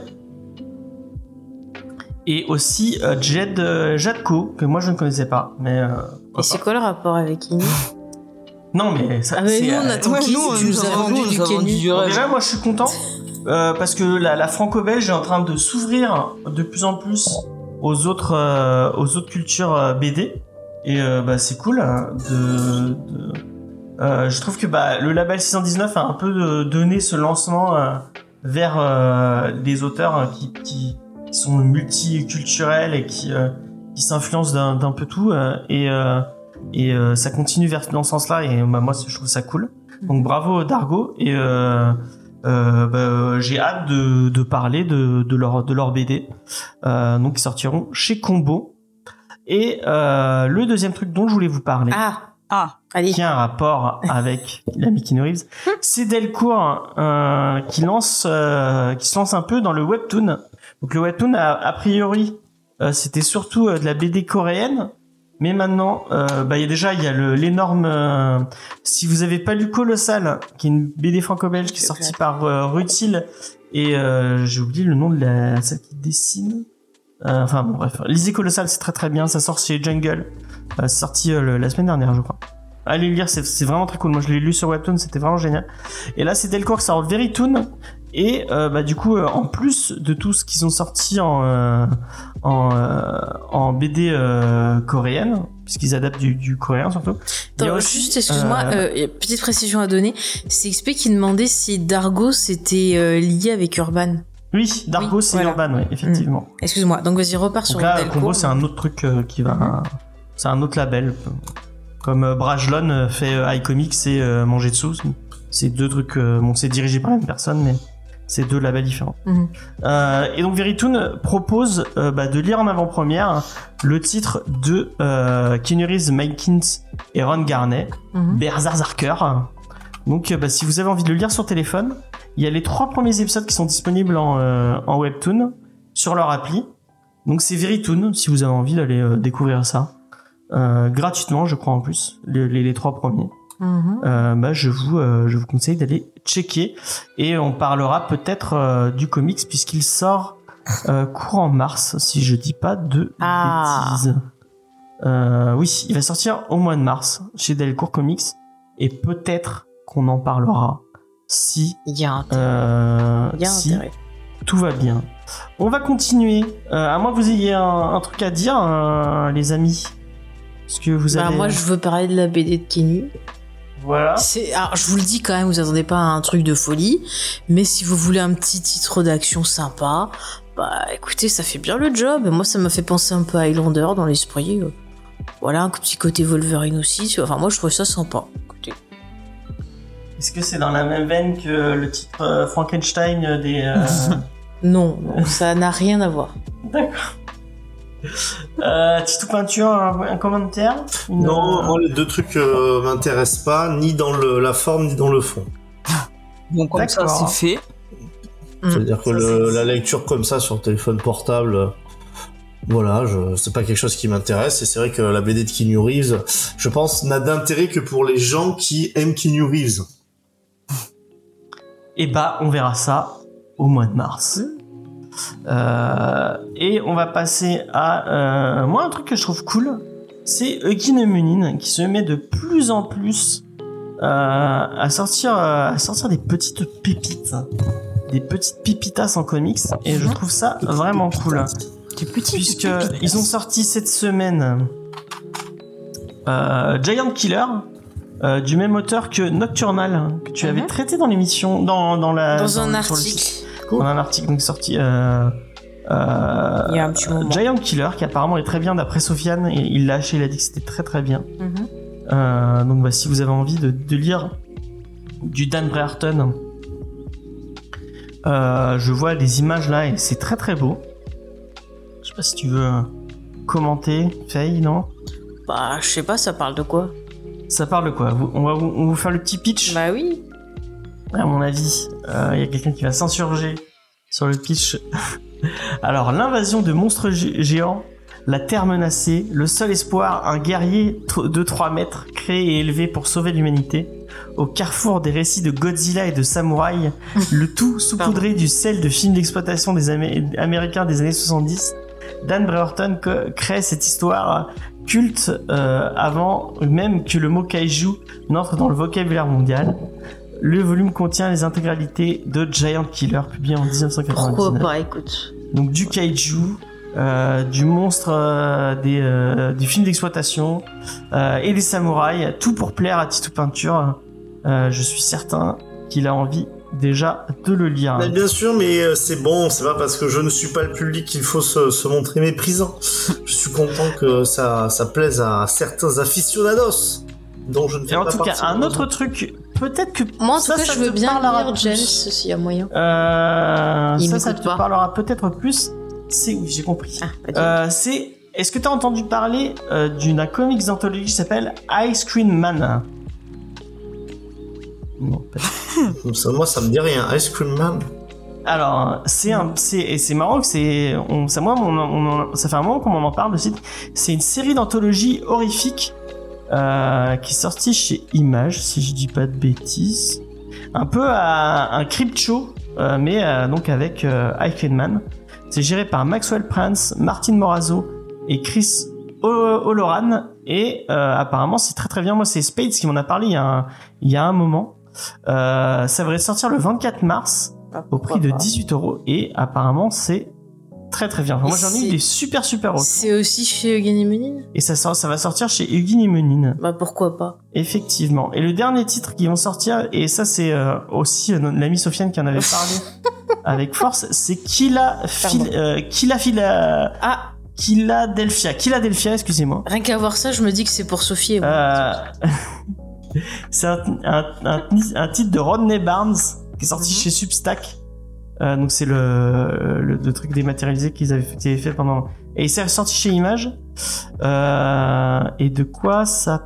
Et aussi euh, Jed euh, Jadko que moi je ne connaissais pas, mais. Euh, et c'est quoi le rapport avec Inu? Non mais ça ah mais c'est nous on attend ouais, qui nous, tu nous as vendu du Keanu. Bon, déjà moi je suis content euh, parce que la, la franco-belge est en train de s'ouvrir de plus en plus aux autres euh, aux autres cultures euh, B D et euh, bah c'est cool hein, de, de euh, je trouve que bah le label six cent dix-neuf a un peu de, donné ce lancement euh, vers euh, des auteurs qui, qui qui sont multiculturels et qui euh, qui s'influencent d'un, d'un peu tout euh, et euh, et euh, ça continue vers dans ce sens-là et bah, moi je trouve ça cool. Donc bravo Dargo et euh, euh, bah, j'ai hâte de, de parler de, de leur de leur B D. Euh, donc ils sortiront chez Combo. Et euh, le deuxième truc dont je voulais vous parler, ah ah allez, qui a un rapport avec l'ami Keanu Reeves, c'est Delcourt euh, qui lance euh, qui se lance un peu dans le webtoon. Donc le webtoon a, a priori euh, c'était surtout euh, de la B D coréenne. Mais maintenant, euh, bah il y a déjà il y a le l'énorme. Euh, si vous avez pas lu Colossal, qui est une B D franco-belge qui est sortie par euh, Rutil et euh, j'ai oublié le nom de la celle qui dessine. Euh, enfin bon bref, lisez Colossal, c'est très très bien, ça sort chez Jungle, euh, c'est sorti euh, le, la semaine dernière je crois. Allez le lire, c'est, c'est vraiment très cool, moi je l'ai lu sur Webtoon, c'était vraiment génial. Et là c'est Delcourt qui sort Verytoon, et euh, bah du coup euh, en plus de tout ce qu'ils ont sorti en, euh, en, euh, en B D euh, coréenne, puisqu'ils adaptent du, du coréen surtout. Attends, aussi, juste excuse-moi, euh, euh, petite précision à donner, c'est X P qui demandait si Dargo c'était euh, lié avec Urban. Oui, Dargo Oui, c'est voilà. Urban, oui, effectivement. Mmh. Excuse-moi, donc vas-y repars sur Donc là, Delcourt. Combo c'est un autre truc euh, qui va, Mhm. c'est un autre label. Comme euh, Brajlon euh, fait euh, iComics et euh, Mangetsu, c'est deux trucs, euh, bon c'est dirigé par la même personne, mais c'est deux labels différents. Mhm. Euh, et donc Verytoon propose euh, bah, de lire en avant-première le titre de euh, Keanu Reeves, Mike Kins et Ron Garney, Mhm. Berserker. Donc euh, bah, si vous avez envie de le lire sur téléphone, il y a les trois premiers épisodes qui sont disponibles en, euh, en Webtoon sur leur appli. Donc c'est Verytoon si vous avez envie d'aller euh, découvrir ça. Euh, gratuitement je crois en plus, les, les, les trois premiers. Mhm. Euh, bah, je vous euh, je vous conseille d'aller checker et on parlera peut-être euh, du comics puisqu'il sort euh, courant mars si je dis pas de Ah. bêtises. Euh, oui, il va sortir au mois de mars chez Delcourt Comics et peut-être qu'on en parlera si Il y a un euh, il y a si intérêt. tout va bien. On va continuer. Euh, à moins que vous ayez un, un truc à dire, euh, les amis. Parce que vous Bah, avez. moi je veux parler de la B D de Keanu. Voilà. C'est, alors je vous le dis quand même, vous attendez pas à un truc de folie, mais si vous voulez un petit titre d'action sympa, bah écoutez, ça fait bien le job. Et moi ça m'a fait penser un peu à Highlander dans l'esprit. Voilà, un petit côté Wolverine aussi. Enfin moi je trouve ça sympa. Écoutez. Est-ce que c'est dans la même veine que le titre euh, Frankenstein des. Euh... Non, non, ça n'a rien à voir. D'accord. Euh, Titou Peinture, un, un commentaire Une- Non, moi, les deux trucs euh, m'intéressent pas, ni dans le, la forme, ni dans le fond. Bon, comme ça, D'accord. c'est fait. C'est-à-dire que Ça, le- c'est- la lecture comme ça sur téléphone portable, euh, voilà, je, c'est pas quelque chose qui m'intéresse. Et c'est vrai que la B D de Keanu Reeves, je pense, n'a d'intérêt que pour les gens qui aiment Keanu Reeves. Et bah, on verra ça au mois de mars. Euh, et on va passer à euh, moi un truc que je trouve cool, c'est Eugen Munin qui se met de plus en plus euh, à sortir à sortir des petites pépites, des petites pipitas en comics, et je trouve ça vraiment cool. Des petits. Puisque ils ont sorti cette semaine euh, Giant Killer euh, du même auteur que Nocturnal que tu avais Mhm. traité dans l'émission, dans dans la Dans dans- un sur le article. site. Dans un article donc sorti euh, euh, Il y a un petit moment. Giant Killer qui apparemment est très bien d'après Sofiane, et il l'a acheté, il a dit que c'était très très bien. Mhm. Euh, donc bah, si vous avez envie de, de lire du Dan Brereton, euh, je vois les images là et c'est très très beau. Je sais pas si tu veux euh, commenter, Faye, non? Bah je sais pas, ça parle de quoi? Ça parle de quoi? Vous- On va vous, on va vous faire le petit pitch. Bah oui. À mon avis, il y a quelqu'un qui va s'insurger sur le pitch. Alors, l'invasion de monstres gé- géants, la Terre menacée, le seul espoir, un guerrier tr- de trois mètres, créé et élevé pour sauver l'humanité. Au carrefour des récits de Godzilla et de samouraï, le tout saupoudré du sel de films d'exploitation des Amé- Américains des années soixante-dix, Dan Brereton co- crée cette histoire culte euh, avant même que le mot kaiju n'entre dans le vocabulaire mondial. Le volume contient les intégralités de Giant Killer, publié en dix-neuf cent Pourquoi quatre-vingt-dix-neuf. pas, écoute. Donc du kaiju, euh, du monstre, euh, des, euh, des films d'exploitation euh, et des samouraïs, tout pour plaire à Titou Peinture. Euh, je suis certain qu'il a envie déjà de le lire. Mais bien sûr, mais euh, c'est bon, c'est pas parce que je ne suis pas le public qu'il faut se, se montrer méprisant. Je suis content que ça, ça plaise à certains aficionados dont je ne fais Et en pas tout cas, partie, un autre malheureusement. truc, peut-être que Moi en ça, tout cas ça je veux te bien parlera lire plus. James s'il y a moyen. Euh, Il ça, ça m'écoute te pas. parlera peut-être plus. C'est oui, j'ai compris. Ah, pas de- Euh, c'est. Est-ce que t'as entendu parler euh, d'une comics d'anthologie qui s'appelle Ice Cream Man? Non, pas du tout. Ça, moi, ça me dit rien. Ice Cream Man. Alors, c'est un, c'est et c'est marrant que c'est, on, ça moi, on, on, on- ça fait un moment qu'on m'en parle de site. C'est une série d'anthologie horrifique euh, qui est sortie chez Image, si je dis pas de bêtises. Un peu à un Crypt Show, euh, mais euh, donc avec euh, Ice Cream Man. C'est géré par Maxwell Prince, Martin Morazzo et Chris O'Loran. Et euh, apparemment, c'est très très bien. Moi, c'est Spades qui m'en a parlé il y a un, il y a un moment. Euh, ça devrait sortir le vingt-quatre mars Ah, au prix de pas. dix-huit euros. Et apparemment, c'est très très bien. Enfin, moi, j'en ai eu c'est- des super super retours. C'est aussi chez Eugénie Menin. Et ça, sort, ça va sortir chez Eugénie Menin. Bah pourquoi pas. Effectivement. Et le dernier titre qui vont sortir, et ça c'est euh, aussi euh, l'amie Sofiane qui en avait parlé avec force, c'est Killa Phil, euh, Killa Phila, Ah, Philadelphia, Philadelphia, excusez-moi. rien qu'à voir ça, je me dis que c'est pour Sophie et moi. Euh, c'est un, un, un, un titre de Rodney Barnes qui est sorti Mhm. chez Substack. Euh, donc c'est le, le, le truc dématérialisé qu'ils avaient fait, qu'ils avaient fait pendant. Et c'est sorti chez Image. Euh, et de quoi ça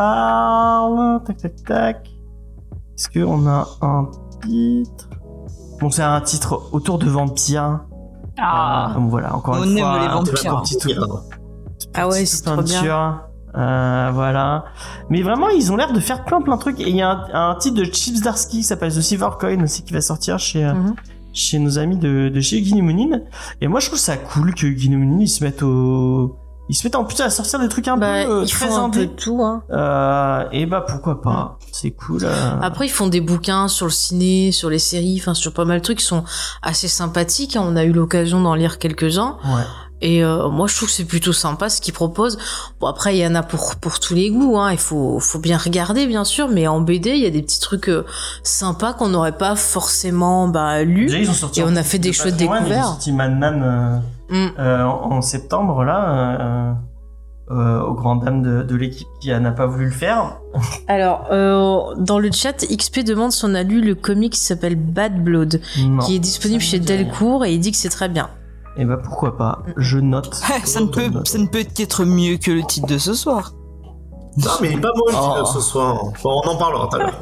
parle? Tac tac tac. Est-ce que on a un titre? Bon, c'est un titre autour de vampires. Ah, Euh, donc voilà, encore on une aime fois. les un vampires. petit tour. Ah ouais, Petite c'est trop bien. peinture. Euh, voilà. Mais vraiment, ils ont l'air de faire plein plein de trucs. Et il y a un, un titre de Chips Darsky qui s'appelle The Silver Coin aussi qui va sortir chez, euh, Mhm. chez nos amis de, de chez Eugénie Menin. Et moi, je trouve ça cool que Eugénie Menin, ils se mettent au, ils se mettent en plus à sortir des trucs un Bah, peu euh, ils très font un peu de indés. tout, hein. Euh, et bah, pourquoi pas. C'est cool. euh. Après, ils font des bouquins sur le ciné, sur les séries, enfin sur pas mal de trucs qui sont assez sympathiques, hein. On a eu l'occasion d'en lire quelques-uns. Ouais. Et euh, moi, je trouve que c'est plutôt sympa ce qu'ils proposent. Bon, après, il y en a pour pour tous les goûts, hein. Il faut faut bien regarder, bien sûr, mais en B D, il y a des petits trucs euh, sympas qu'on n'aurait pas forcément bah lus. Déjà, ils ont sorti Et un on a titre fait des de chouettes patrimoine, découvertes. Ils ont sorti Madman euh, Mm. euh, en, en septembre, là, euh, euh, aux grandes dames de, de l'équipe qui euh, n'a pas voulu le faire. Alors, euh, dans le chat, X P demande si on a lu le comic qui s'appelle Bad Blood, Non. qui est disponible Ça chez me dit rien. Delcourt, et il dit que c'est très bien. Et bah pourquoi pas, je note. ça ne peut, ça ne peut qu'être mieux que le titre de ce soir. Non, mais il est pas mauvais le titre Oh. ce soir. Bon, on en parlera tout à l'heure.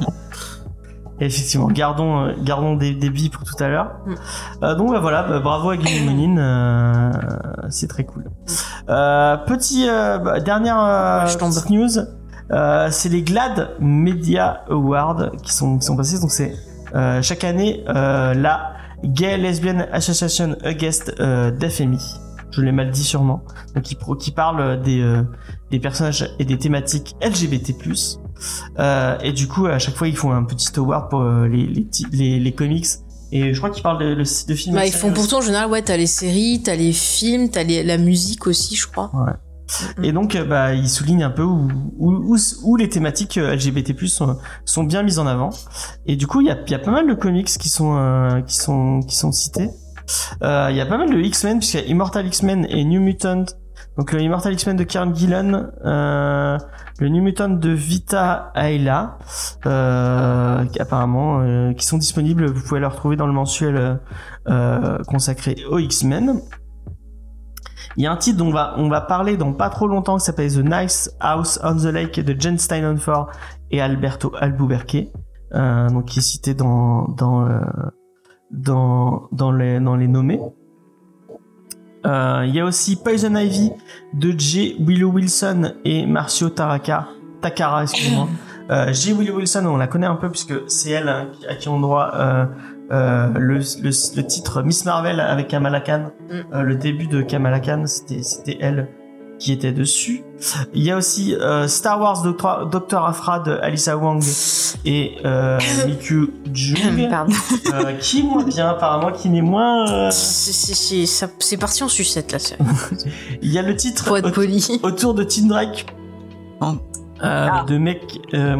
Et effectivement, gardons, euh, gardons des, des billes pour tout à l'heure. Mm. Euh, donc bah, voilà, bah, bravo à Guillaume Menin, euh, c'est très cool. Euh, petit euh, bah, dernière euh, Ouais, je tombe. petite news, euh, c'est les GLAAD Media Awards qui sont qui sont passés. Donc c'est euh, chaque année euh, la Gay Lesbian Association August euh, d'F M I. Je l'ai mal dit sûrement. Donc qui, pro- qui parle des euh, des personnages et des thématiques L G B T plus. Euh, et du coup, à chaque fois, ils font un petit award pour euh, les, les, ti- les, les comics. Et je crois qu'ils parlent de, de, de films. Bah, et ils séries font aussi. pourtant en général, ouais, t'as les séries, t'as les films, t'as les, la musique aussi, je crois. Ouais. Et donc, euh, bah, ils soulignent un peu où, où, où, où les thématiques euh, L G B T plus sont, sont bien mises en avant. Et du coup, il y a, il y a pas mal de comics qui sont, euh, qui sont, qui sont cités. Euh, Il y a pas mal de X-Men, puisqu'il y a Immortal X-Men et New Mutant. Donc, le Immortal X-Men de Kieran Gillen, euh, le New Mutant de Vita Ayla, euh, qui apparemment, euh, qui sont disponibles. Vous pouvez les retrouver dans le mensuel euh, consacré aux X-Men. Il y a un titre dont on va, on va parler dans pas trop longtemps qui s'appelle The Nice House on the Lake de Jen Steinhofer et Alberto Albuquerque, euh, donc qui est cité dans dans euh, dans dans les dans les nommés. Euh, il y a aussi Poison Ivy de J. Willow Wilson et Marcio Taraka, Takara, excusez-moi. Euh, J. Willow Wilson, on la connaît un peu puisque c'est elle hein, à qui on doit euh, euh, le, le, le titre Miss Marvel avec Kamala Khan. Mm. Euh, le début de Kamala Khan, c'était c'était elle qui était dessus. Il y a aussi euh, Star Wars Doctor Aphra de Alyssa Wong et euh, Miku Jung, Pardon. euh, qui est moins bien apparemment, qui n'est moins. euh, C'est- c'est- c'est ça- c'est parti en sucette, là. c'est- Il y a le titre Pour être au- poli. autour de Tim Drake Oh. euh, Ah. de mec euh,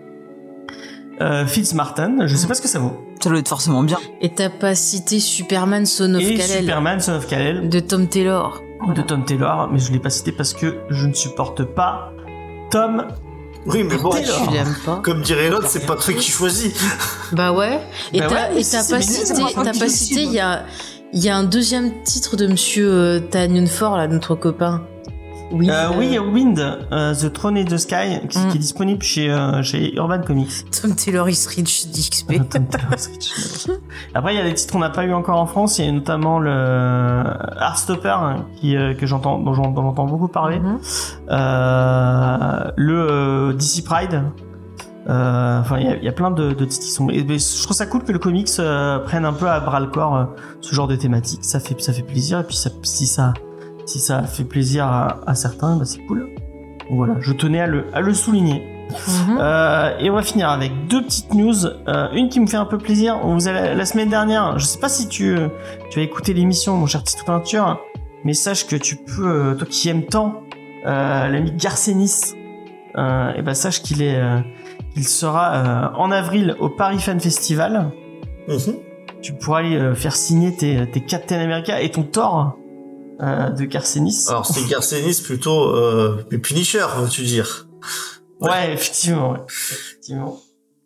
euh, Fitzmartin. Je sais pas ce que ça vaut. Ça doit être forcément bien. Et t'as pas cité Superman Son of Et Kal-El Superman Son of Kal-El de Tom Taylor. de Tom Taylor, mais je l'ai pas cité parce que je ne supporte pas Tom. Oui, mais bon, Taylor. Tu l'aimes pas? comme dirait l'autre, c'est pas le truc qui choisit. Bah ouais. Et Bah t'as ouais, mais et si, t'as c'est pas bizarre, cité, c'est pas t'as moi pas qui cité, décide. il y a, il y a un deuxième titre de monsieur euh, Tanyon Ford, là, notre copain. Oui. Euh, oui, il y a Wind, euh, The Throne in the Sky, qui, Mm. qui est disponible chez, euh, chez Urban Comics. Tom Taylor is rich d'X P. Tom Taylor Switch. Après, il y a des titres qu'on n'a pas eu encore en France. Il y a notamment le Heartstopper, hein, qui, euh, que j'entends, dont j'en- dont j'entends beaucoup parler. Mhm. Euh, le euh, D C Pride, Euh, Enfin, il y a, y a plein de, de titres qui sont. Et, mais je trouve ça cool que le comics euh, prenne un peu à bras le corps euh, ce genre de thématique. Ça fait, ça fait plaisir. Et puis ça, si ça, si ça fait plaisir à, à certains, bah c'est cool. Donc voilà, je tenais à le, à le souligner. Mhm. Euh, et on va finir avec deux petites news. Euh, une qui me fait un peu plaisir. On vous a la, la semaine dernière. Je sais pas si tu, tu as écouté l'émission, mon cher Tito Peinture, mais sache que tu peux, euh, toi qui aimes tant euh, l'ami Garcenis, euh, et ben sache qu'il est, euh, il sera euh, en avril au Paris Fan Festival. Mm-hmm. Tu pourras aller euh, faire signer tes, tes Captain America et ton Thor euh, de Garcenis. Alors c'est Garcenis plutôt euh, Punisher, veux-tu dire? Ouais, effectivement, ouais. effectivement.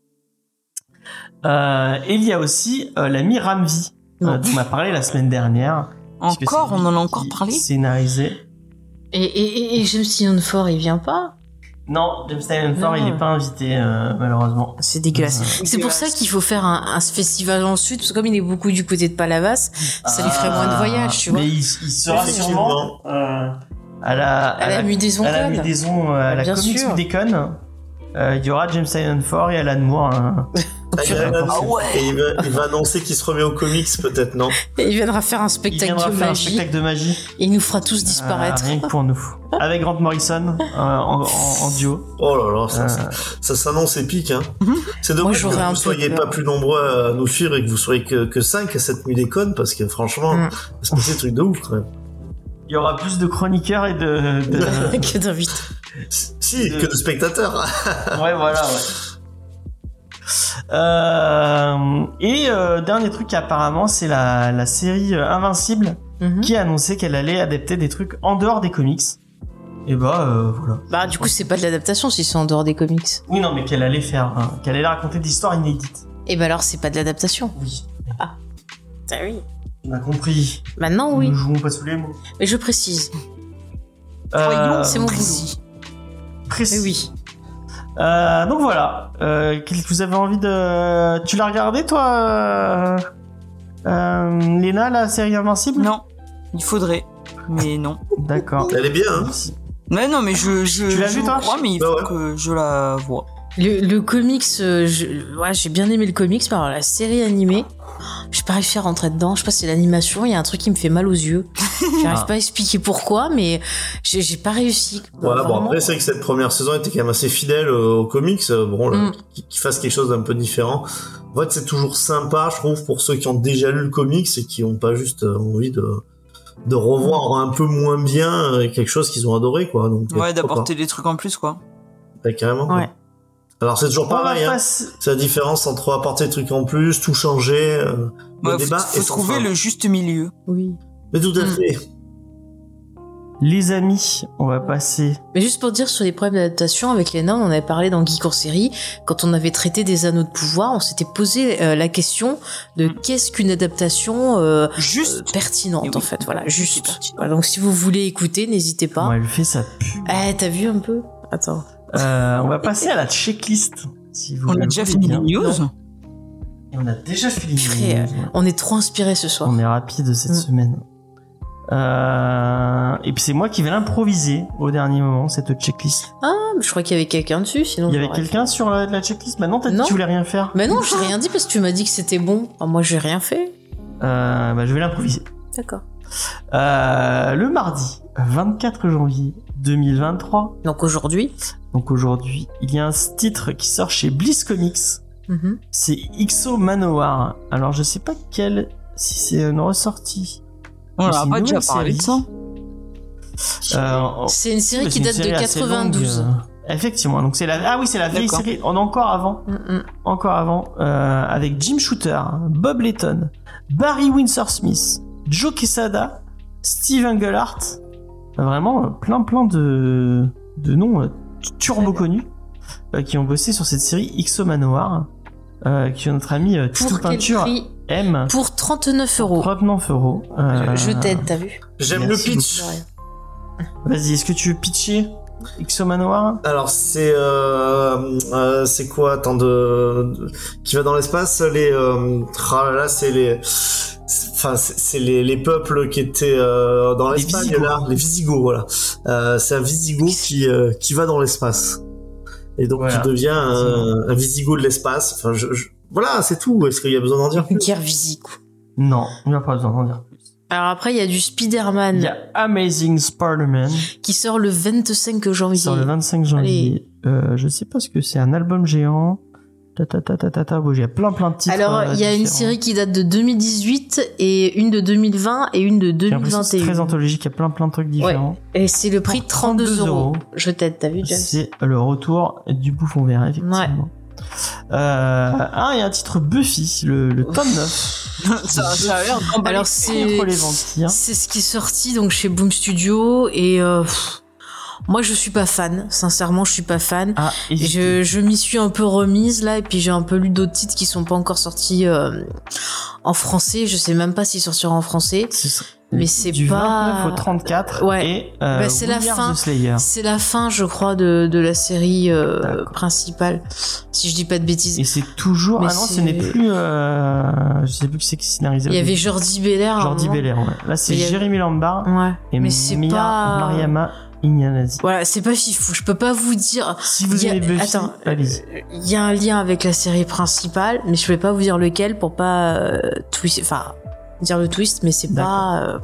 Euh, et il y a aussi euh, l'ami Ramvi, euh, dont on a parlé la semaine dernière. Encore, on en a encore parlé. Scénarisé. Et, et, et, et James Tynion Ford, il vient pas? Non, James Tynion Ford, il est pas invité, euh, malheureusement. C'est dégueulasse. Euh, C'est pour ça qu'il faut faire un, un festival dans le sud, parce que comme il est beaucoup du côté de Palavas, ça lui ferait moins de voyages, tu vois. Mais il, il sera sûrement euh, à la, à la, la Mudaison, à la Mudaison, à la Bien Comics sûr. Mudécon. Euh, il y aura James Tynion Ford et Alan Moore. Hein. Ah, il, va, ah ouais. Et il, va, il va annoncer qu'il se remet aux comics, peut-être, non? Et il viendra faire un spectacle, il viendra de, faire magie. un spectacle de magie. Et il nous fera tous disparaître. Euh, rien que pour nous. Avec Grant Morrison euh, en, en, en duo. Oh là là, ça, euh... ça, ça s'annonce épique. Hein. Mm-hmm. C'est dommage que vous ne soyez pas plus nombreux à nous suivre et que vous soyez que, que cinq à cette Mudécon, parce que franchement, mm. c'est un truc de ouf quand même. Il y aura plus de chroniqueurs et de... de... que d'invités. Si, de... que de spectateurs. Ouais, voilà, ouais. Euh, et euh, dernier truc apparemment c'est la, la série euh, Invincible mm-hmm. qui a annoncé qu'elle allait adapter des trucs en dehors des comics. Et bah euh, voilà. Bah du coup c'est pas de l'adaptation si c'est en dehors des comics. Oui non mais qu'elle allait faire, hein, qu'elle allait raconter des histoires inédites. Et bah alors c'est pas de l'adaptation. Oui. Ah. Ah oui. On a compris. Maintenant oui. Nous jouons pas sous les mots. Mais je précise. Euh, c'est mon précis. Précis. Mais oui. Euh, donc voilà, euh, vous avez envie de... Tu l'as regardé toi, euh... Euh, Léna, la série Invincible? Non, il faudrait, mais non. D'accord. Elle est bien, hein? Mais non, mais je, je, tu l'as je vu, toi? crois, mais il bah faut ouais. que je la voie. Le, le comics, euh, je, ouais, j'ai bien aimé le comics, mais alors la série animée, j'ai pas réussi à rentrer dedans. Je sais pas si c'est l'animation, il y a un truc qui me fait mal aux yeux. J'arrive ah. pas à expliquer pourquoi, mais j'ai, j'ai pas réussi. Voilà, bon après c'est vrai que cette première saison était quand même assez fidèle euh, aux comics. Bon, là, mm. qu'ils fassent quelque chose d'un peu différent. En fait, c'est toujours sympa, je trouve, pour ceux qui ont déjà lu le comics et qui ont pas juste euh, envie de de revoir un peu moins bien euh, quelque chose qu'ils ont adoré, quoi. Donc ouais, d'apporter des trucs en plus, quoi. Ouais, carrément. Ouais. Quoi. Alors c'est toujours pareil, hein. C'est la différence entre apporter des trucs en plus, tout changer. Euh, ouais, le débat faut, faut est trouver le juste milieu. Oui. Mais tout à mmh. fait. Les amis, on va passer. Mais juste pour dire sur les problèmes d'adaptation, avec Léna, on en avait parlé dans Geek hors série, quand on avait traité des anneaux de pouvoir, on s'était posé euh, la question de mmh. qu'est-ce qu'une adaptation euh, juste euh, pertinente, oui. en fait, voilà, juste. Pertinent. Voilà, donc si vous voulez écouter, n'hésitez pas. Ouais, elle fait sa pub. Eh, t'as vu un peu? Attends. Euh, on va passer à la checklist. Si vous on a déjà fini les news. Et on a déjà fini les news. On est trop inspirés ce soir. On est rapide cette mmh. semaine. Euh... Et puis c'est moi qui vais l'improviser au dernier moment, cette checklist. Ah, je crois qu'il y avait quelqu'un dessus, sinon. Il y avait quelqu'un fait. sur la, la checklist. Maintenant, t'as dit que tu voulais rien faire. Mais non, j'ai rien dit parce que tu m'as dit que c'était bon. Ah, moi, j'ai rien fait. Euh, bah, je vais l'improviser. D'accord. Euh, le mardi vingt-quatre janvier deux mille vingt-trois. Donc aujourd'hui. Donc aujourd'hui, il y a un titre qui sort chez Bliss Comics. Mm-hmm. C'est Ixo Manowar. Alors je sais pas quel, si c'est une ressortie. On n'a pas déjà parlé de ça. Euh, c'est une série qui date de quatre-vingt-douze. Longue, euh, effectivement, donc c'est la ah oui c'est la vieille D'accord. série. On est encore avant, Mm-mm. encore avant, euh, avec Jim Shooter, Bob Layton, Barry Windsor Smith, Joe Quesada, Steve Englehart. Vraiment plein plein de de noms euh, turbo connus euh, qui ont bossé sur cette série Ixo Manowar, euh, que notre ami euh, Tito Peinture aime. Pour trente-neuf euros. trente-neuf euros. Euh... Je t'aide, t'as vu? J'aime Merci. le pitch. Vas-y, est-ce que tu veux pitcher Ixo Manowar? Alors c'est euh, euh, c'est quoi attends de, de qui va dans l'espace les euh, ah là là c'est les enfin c'est, c'est les, les peuples qui étaient euh, dans l'espace là les Visigoths voilà euh, c'est un Visigoth qui euh, qui va dans l'espace et donc Voilà. tu deviens un, un Visigoth de l'espace. Enfin, je, je... voilà, c'est tout. Est-ce qu'il y a besoin d'en dire plus? Guerre Visigoth. Non, il n'y a pas besoin d'en dire plus. Alors après, il y a du Spider-Man Il y a Amazing Spider-Man qui sort le vingt-cinq janvier. qui sort le vingt-cinq janvier. Euh, je sais pas ce que c'est, un album géant. Ta ta ta ta ta ta. Bon, il y a plein plein de titres. Alors, il y a euh, une différents. série qui date de deux mille dix-huit et une de deux mille vingt et une de J'ai deux mille l'impression que c'est vingt et un. très anthologique, il y a plein plein de trucs différents. Et c'est le prix de Pour trente-deux euros. euros. Je t'aide, t'as vu, James? C'est le retour du bouffon vert, effectivement. Euh, ah, il y a un titre Buffy, le, le tome neuf. ça, ça a l'air d'emballer. Alors, Contre c'est, les vampires. c'est ce qui est sorti donc chez Boom Studio et euh, pff, moi je suis pas fan, sincèrement je suis pas fan. Ah, Et évitez. je, je m'y suis un peu remise là et puis j'ai un peu lu d'autres titres qui sont pas encore sortis euh, en français, je sais même pas s'ils sortiront en français. C'est- Mais c'est du pas- vingt-neuf au trente-quatre. Ouais. Et euh, Bah, c'est la We Are fin. the Slayer. C'est la fin je crois de, de la série euh, D'accord. principale, si je dis pas de bêtises. Et c'est toujours. Mais ah non, ce c'est- n'est plus. Euh... Je sais plus qui c'est qui scénarisait. Il y avait Jordi Belair. à un Jordi moment. Belair, ouais. Là, c'est Mais il y avait- Jérémy Lombard Ouais. et mais c'est Mia- pas Mariama Ignanazi. Voilà, c'est pas fifou. Je peux pas vous dire. Si vous Il y a- aimez Buffy, Attends, allez-y. il y a un lien avec la série principale, mais je vais pas vous dire lequel pour pas euh, twist, enfin dire le twist, mais c'est pas. euh,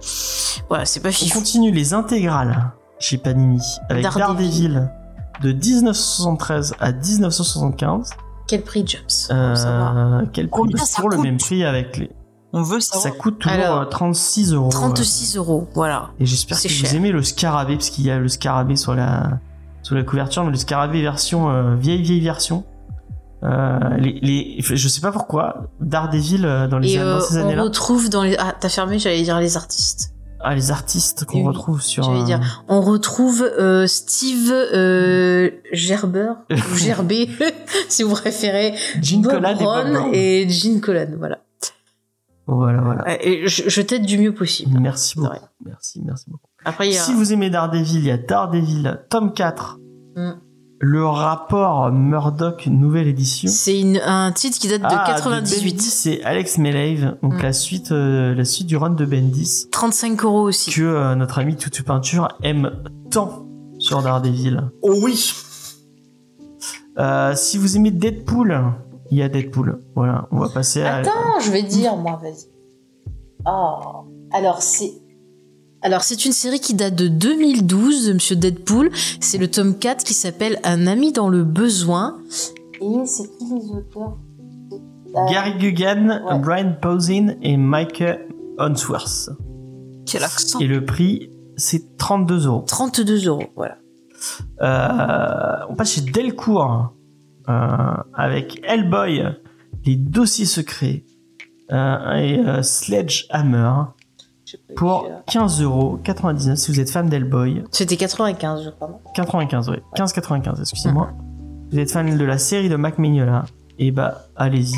Voilà, c'est pas On fifou. continue les intégrales chez Panini avec Daredevil. Daredevil de dix-neuf cent soixante-treize à dix-neuf cent soixante-quinze. Quel prix, James? Pour savoir. Euh, quel prix? Combien ça Pour le coûte même prix avec les. On veut Ça savoir. coûte toujours Alors, euh, trente-six euros. trente-six euros, voilà. Et j'espère C'est que cher. vous aimez le scarabée, parce qu'il y a le scarabée sur la, sur la couverture, mais le scarabée version, euh, vieille, vieille version. Euh, les, les, je sais pas pourquoi, Daredevil, euh, dans, les, Et dans euh, ces on années-là, retrouve dans les. Ah, t'as fermé, j'allais dire les artistes. ah, les artistes qu'on Oui, retrouve sur. j'allais euh, dire. On retrouve euh, Steve euh, Gerber, ou Gerbet, si vous préférez. Gene Bob Collard et Bob Ron Brown. et Gene Colan, voilà. Voilà, voilà. Ouais, Et je, je t'aide du mieux possible. Merci beaucoup. Ouais. Merci, merci beaucoup. Après, il y a. Si vous aimez Daredevil, il y a Daredevil, tome quatre. Mm. Le rapport Murdoch, nouvelle édition. C'est une- un titre qui date de Ah, quatre-vingt-dix-huit. Bendis, c'est Alex Melave, donc Mm. la suite, euh, la suite du run de Bendis trente-cinq euros aussi. que euh, notre ami Toutou Peinture aime tant sur Daredevil. Oh oui. Euh, si vous aimez Deadpool, il y a Deadpool. Voilà, on va passer à. Attends, je vais dire, moi, vas-y. Oh. Alors, c'est. Alors, c'est une série qui date de deux mille douze, de Monsieur Deadpool. C'est le tome quatre qui s'appelle Un ami dans le besoin. Et c'est qui les auteurs? Euh, Gary Gugan, Ouais. Brian Posehn et Mike Unsworth. Quel accent. Et le prix, c'est trente-deux euros. trente-deux euros, voilà. Euh, on passe chez Delcourt euh, avec Hellboy, les dossiers secrets euh, et euh, Sledgehammer pour quinze euros quatre-vingt-dix-neuf si vous êtes fan d'Hellboy. C'était quatre-vingt-quinze, je crois. non quatre-vingt-quinze, oui. quinze quatre-vingt-quinze, excusez-moi. Vous êtes fan de la série de Mac Mignola, et bah allez-y.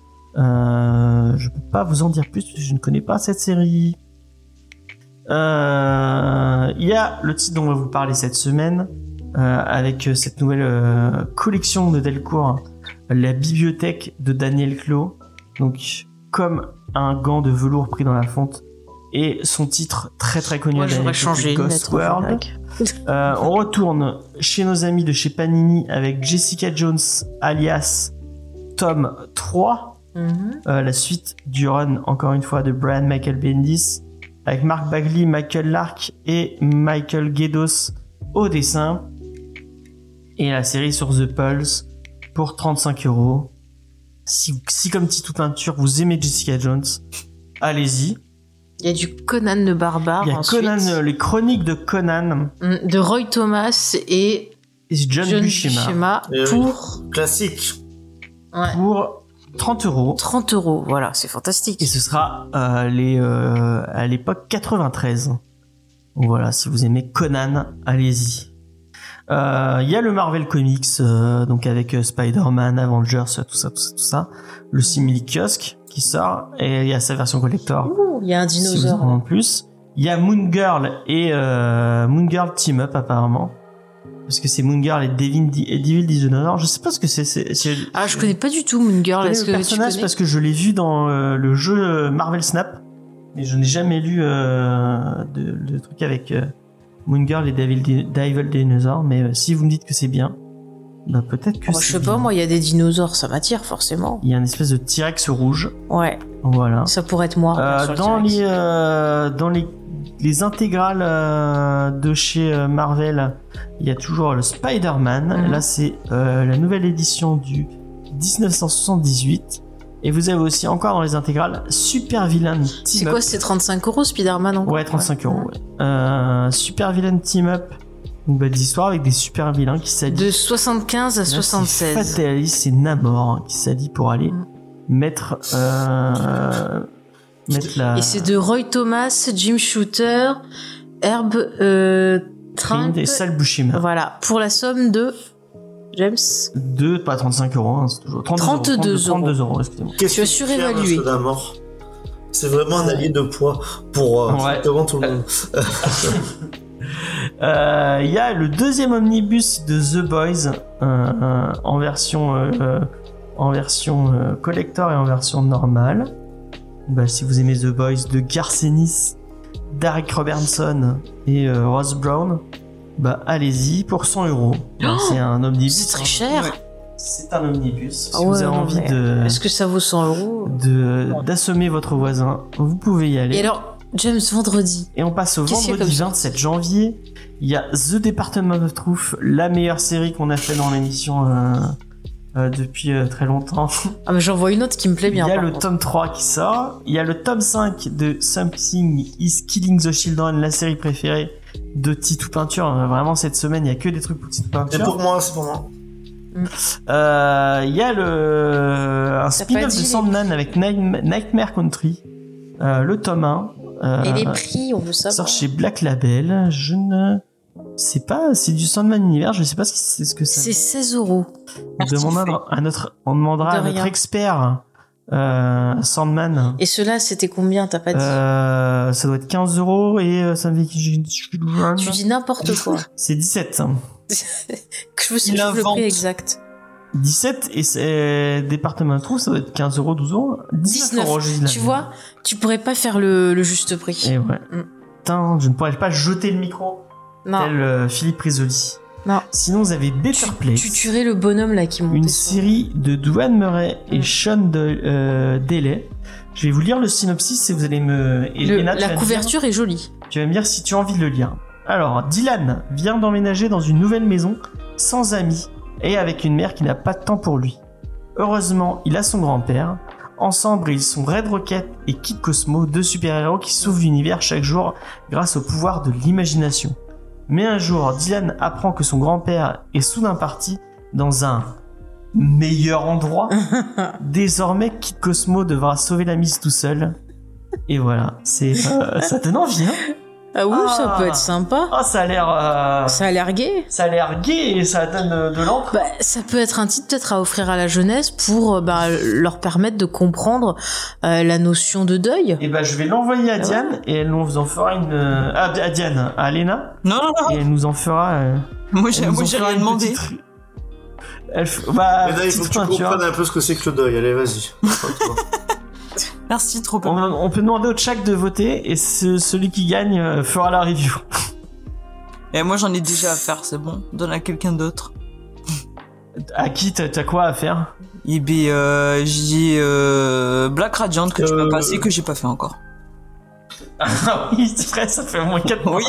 Euh, je peux pas vous en dire plus parce que je ne connais pas cette série. Euh, Il y a le titre dont on va vous parler cette semaine euh, avec cette nouvelle euh, collection de Delcourt, la bibliothèque de Daniel Clos. Donc comme un gant de velours pris dans la fonte. Et son titre très très connu Moi, à j'aurais Daniel Clos, changé une Ghost lettre en World. Fnac. Euh, on retourne chez nos amis de chez Panini avec Jessica Jones alias tome trois, Mhm. euh, la suite du run encore une fois de Brian Michael Bendis avec Mark Bagley, Michael Lark et Michael Gaydos au dessin, et la série sur The Pulse pour trente-cinq euros. Si, si comme Titou Peinture vous aimez Jessica Jones, allez-y. Il y a du Conan le barbare. Il y a ensuite. Conan, euh, les chroniques de Conan Mm, de Roy Thomas et et John, John Buscema Buscema Eh oui. pour Classique. ouais, pour trente euros. trente euros. Voilà, c'est fantastique. Et ce sera euh, les, euh, à l'époque quatre-vingt-treize. Donc voilà, si vous aimez Conan, allez-y. Euh, Il y a le Marvel Comics, euh, donc avec euh, Spider-Man, Avengers, tout ça, tout ça, tout ça. Le Simili Kiosque qui sort, et il y a sa version collector. Ouh, il y a un Si vous dinosaure. en plus. Il y a Moon Girl et euh, Moon Girl Team Up apparemment. Parce que c'est Moon Girl et Devil, et Devil Dinosaur. Je sais pas ce que c'est. c'est, c'est Ah, je connais pas du tout Moon je Girl. connais Est-ce le que tu personnage connais parce que je l'ai vu dans euh, le jeu Marvel Snap, mais je n'ai jamais lu euh, de, le truc avec euh, Moon Girl et Devil, Devil Dinosaur. Mais euh, si vous me dites que c'est bien, Bah peut-être que Oh, je sais pas, moi, il y a des dinosaures, ça m'attire forcément. Il y a une espèce de T-Rex rouge. Ouais. Voilà. Ça pourrait être moi. Euh, sur le dans T-Rex. les euh, dans les les intégrales euh, de chez euh, Marvel, il y a toujours le Spider-Man. Mhm. Là, c'est euh, la nouvelle édition du dix-neuf cent soixante-dix-huit. Et vous avez aussi encore dans les intégrales Super Villain Team C'est Up. quoi, c'est trente-cinq euros Spider-Man encore? Ouais, trente-cinq euros. Ouais. Euh, Super Villain Team Up. Une belle histoire avec des super vilains qui s'allient. De soixante-quinze à Là, soixante-seize. C'est Fatalis et Namor hein, qui s'allient pour aller Mm. mettre euh, mettre la. Et c'est de Roy Thomas, Jim Shooter, Herb euh, Trine Trimp. et Sal Buscema. Voilà, pour la somme de James. De pas trente-cinq euros, hein, c'est toujours trente-deux euros. trente-deux euros, excusez-moi. Qu'est-ce Tu as que surévalué. fais, Monsieur Namor ? C'est vraiment un allié de poids pour euh, Ouais. devant tout le monde. Il euh, y a le deuxième omnibus de The Boys euh, euh, en version euh, euh, en version euh, collector et en version normale. Bah, si vous aimez The Boys de Garth Ennis, Derek Robertson et euh, Ross Brown, bah allez-y pour cent euros. Oh, c'est un omnibus. C'est très cher. Ouais. C'est un omnibus. Si Ah vous ouais, avez non, envie mais de Est-ce que ça vaut cent euros? de d'assommer votre voisin, vous pouvez y aller. Et alors, James, vendredi. Et on passe au Qu'est-ce qu'il y a vendredi comme vingt-sept janvier. Il y a The Department of Truth, la meilleure série qu'on a fait dans l'émission euh, euh, depuis euh, très longtemps. Ah, mais j'en vois une autre qui me plaît bien. Il y a par le contre. tome trois qui sort. Il y a le tome cinq de Something is Killing the Children, la série préférée de Titou Peinture. Euh, Vraiment, cette semaine, il y a que des trucs pour Titou C'est Peinture. pour moi, c'est pour moi. Euh, Il y a le un pas spin-off dit de les Sandman avec Night- Nightmare Country, euh, le tome un. Euh, Et les prix, on veut savoir. sort chez Black Label. Je ne sais pas, c'est du Sandman Universe, je sais pas ce que c'est ce que ça. C'est seize euros. On demandera à notre, on demandera De à notre rien. expert euh, Sandman. Et cela, c'était combien? T'as pas dit? Euh, ça doit être quinze euros et euh, ça me fait Tu dis n'importe quoi. c'est dix-sept. Que je me suis Il le invente. prix exact. dix-sept et c'est département de trou, ça doit être quinze euros, douze euros. dix-neuf euros, je dis la Tu merde. vois, tu pourrais pas faire le, le juste prix. Et ouais. Mm. Putain, je ne pourrais pas jeter le micro. Non, Tel euh, Philippe Risoli. non. Sinon, vous avez Better Tu, Place. tu tuerais le bonhomme là qui montait. Une sur- série de Dwayne Murray et Mm. Sean de, euh, Daly. Je vais vous lire le synopsis et vous allez me. et Le- Léna, tu vas la me couverture est jolie. dire- tu vas me dire si tu as envie de le lire. Alors, Dylan vient d'emménager dans une nouvelle maison, sans amis, et avec une mère qui n'a pas de temps pour lui. Heureusement, il a son grand-père. Ensemble, ils sont Red Rocket et Kid Cosmo, deux super-héros qui sauvent l'univers chaque jour grâce au pouvoir de l'imagination. Mais un jour, Dylan apprend que son grand-père est soudain parti dans un meilleur endroit. Désormais, Kid Cosmo devra sauver la mise tout seul. Et voilà, c'est euh, ça donne envie, hein. Ah oui, ça Ah. peut être sympa. Oh, ça a l'air, euh, Ça a l'air gai. ça a l'air gai et ça donne euh, de l'encre. Bah, ça peut être un titre peut-être à offrir à la jeunesse pour euh, bah, leur permettre de comprendre euh, la notion de deuil. Et ben, je vais l'envoyer à Ah ouais. Diane et elle nous en fera une. euh, Ah, à Diane, à Léna, Non, non, non. et elle nous en fera. euh, Moi, elle j'ai, nous moi, en j'ai fera rien une demandé. petite- Elle f- bah, Mais là, il faut petite que tu peinture. comprennes un peu ce que c'est que le deuil. Allez, vas-y. Merci, trop On, bien. on peut demander au chat de voter et ce- celui qui gagne euh, fera la review. Et moi, j'en ai déjà à faire, c'est bon. Donne à quelqu'un d'autre. À qui t'as t'as quoi à faire? Et bien, euh, j'ai euh, Black Radiant que tu Euh, m'as passé, que j'ai pas fait encore. Ah oui, c'est vrai, ça fait au moins quatre mois. Oui.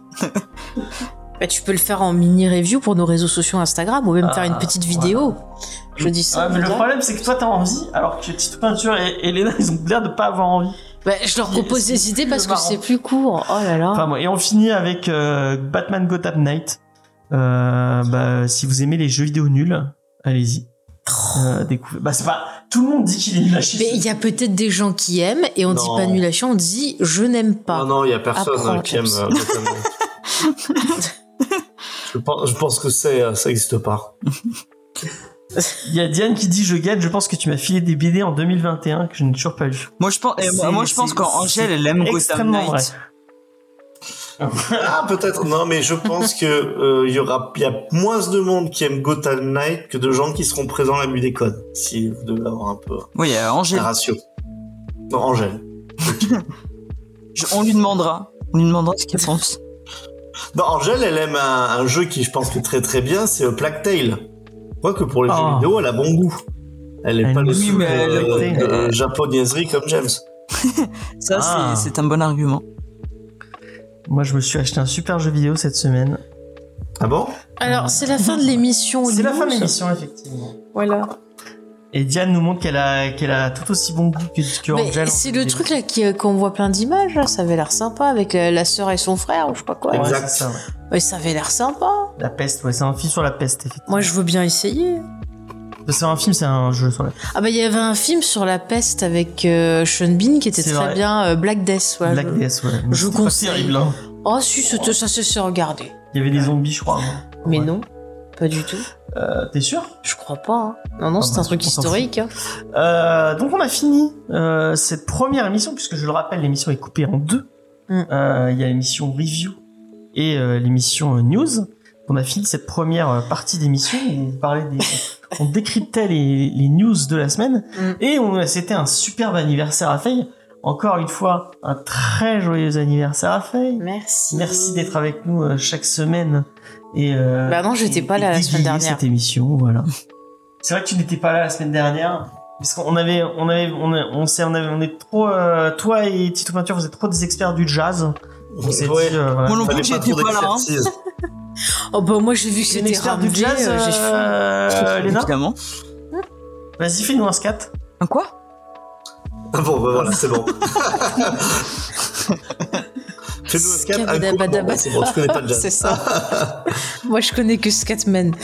Bah, tu peux le faire en mini review pour nos réseaux sociaux Instagram ou même Ah, faire une petite vidéo. Je dis ça. Ouais, mais le déjà. problème, c'est que toi, t'as envie, alors que Tito Peinture et, et Léna, ils ont l'air de pas avoir envie. Bah, je leur propose C'est- des idées c'est parce que marrant. c'est plus court. Oh là là. Enfin, bon, et on finit avec euh, Batman Gotham Knight. Euh, bah, si vous aimez les jeux vidéo nuls, allez-y. Euh, découvrez- Bah, c'est pas. Tout le monde dit qu'il est nul à chier. Mais il y a peut-être des gens qui aiment et on dit Non. pas nul à chier, on dit je n'aime pas. Non, non, il y a personne Apprends, euh, qui aime James. euh, Gotham Knight. je, pense, je pense que c'est, euh, ça existe pas. Il y a Diane qui dit je gagne, je pense que tu m'as filé des B D en deux mille vingt et un que je n'ai toujours pas lu. Moi, je pense, eh, moi, C'est- moi, je pense c'est- qu'Angèle, c'est elle aime Gotham extrêmement vrai. Knight. Ah, peut-être. Non, mais je pense que euh, il y aura, il y a moins de monde qui aime Gotham Knight que de gens qui seront présents à la nuit des codes. Si vous devez avoir un peu Oui, il y a Angèle. un ratio. Non, Angèle. Je- on lui demandera. On lui demandera ce qu'elle pense. Non, Angèle, elle aime un, un jeu qui, je pense, est très très bien, c'est euh, Plague Tale. Quoique pour les Oh. jeux vidéo, elle a bon goût. Elle est Elle pas nous le suit, sous mais elle de, l'a de japonaiserie comme James. Ça, Ah. c'est, c'est un bon argument. Moi, je me suis acheté un super jeu vidéo cette semaine. Ah bon? Alors, c'est la fin de l'émission. C'est la news. fin de l'émission, effectivement. Voilà. Et Diane nous montre qu'elle a, qu'elle a tout aussi bon goût que, que Mais Angel. c'est le truc là qui, qu'on voit plein d'images, là. Ça avait l'air sympa avec la, la sœur et son frère ou je sais pas quoi. Ouais, Exact. c'est ça, ouais. Ouais, ça avait l'air sympa. La peste, ouais, c'est un film sur la peste, effectivement. Moi, je veux bien essayer. C'est un film, c'est un jeu sur la Ah bah il y avait un film sur la peste avec euh, Sean Bean qui était C'est très vrai. bien, euh, Black Death. Ouais, Black je... Death, ouais. Mais je c'était pas conseille. terrible, hein. Oh si, c'était- ça se s'est regardé. Il y avait des zombies, je crois. hein. Mais Ouais. non, pas du tout. Euh, T'es sûr? Je crois pas. Hein. Non, non, Ah c'est bah, un truc on s'en historique. Hein. Euh, donc on a fini euh, cette première émission, puisque je le rappelle, l'émission est coupée en deux. Mm. Euh, Il y a l'émission review et euh, l'émission euh, news. On a fini cette première euh, partie d'émission où on parlait des, on décryptait les, les news de la semaine Mm. et on, c'était un superbe anniversaire à Faye. Encore une fois, un très joyeux anniversaire à Faye. Merci. Merci d'être avec nous euh, chaque semaine. Et, euh, Bah non, j'étais et- pas là et la semaine d'égayer dernière. cette émission, voilà. C'est vrai que tu n'étais pas là la semaine dernière. Parce qu'on avait, on avait, on, a- on sait, on avait, on est trop, euh, toi et Tito Peinture, vous êtes trop des experts du jazz. On s'est Ouais. dit, euh, voilà. Moi non Fallait plus, pas j'étais trop pas là. Hein. d'expertise. Oh bah moi j'ai vu que Tu es une c'était experte du Ramsey, jazz, euh, j'ai fait. euh, Léna. Évidemment. Vas-y, fais-nous un scat. Un quoi? Ah bon, bah voilà, c'est bon. Fais-nous un scat, un coup, Scabadabadaba. bon, c'est bon, tu connais pas le jazz. C'est ça. Moi je connais que Scatman.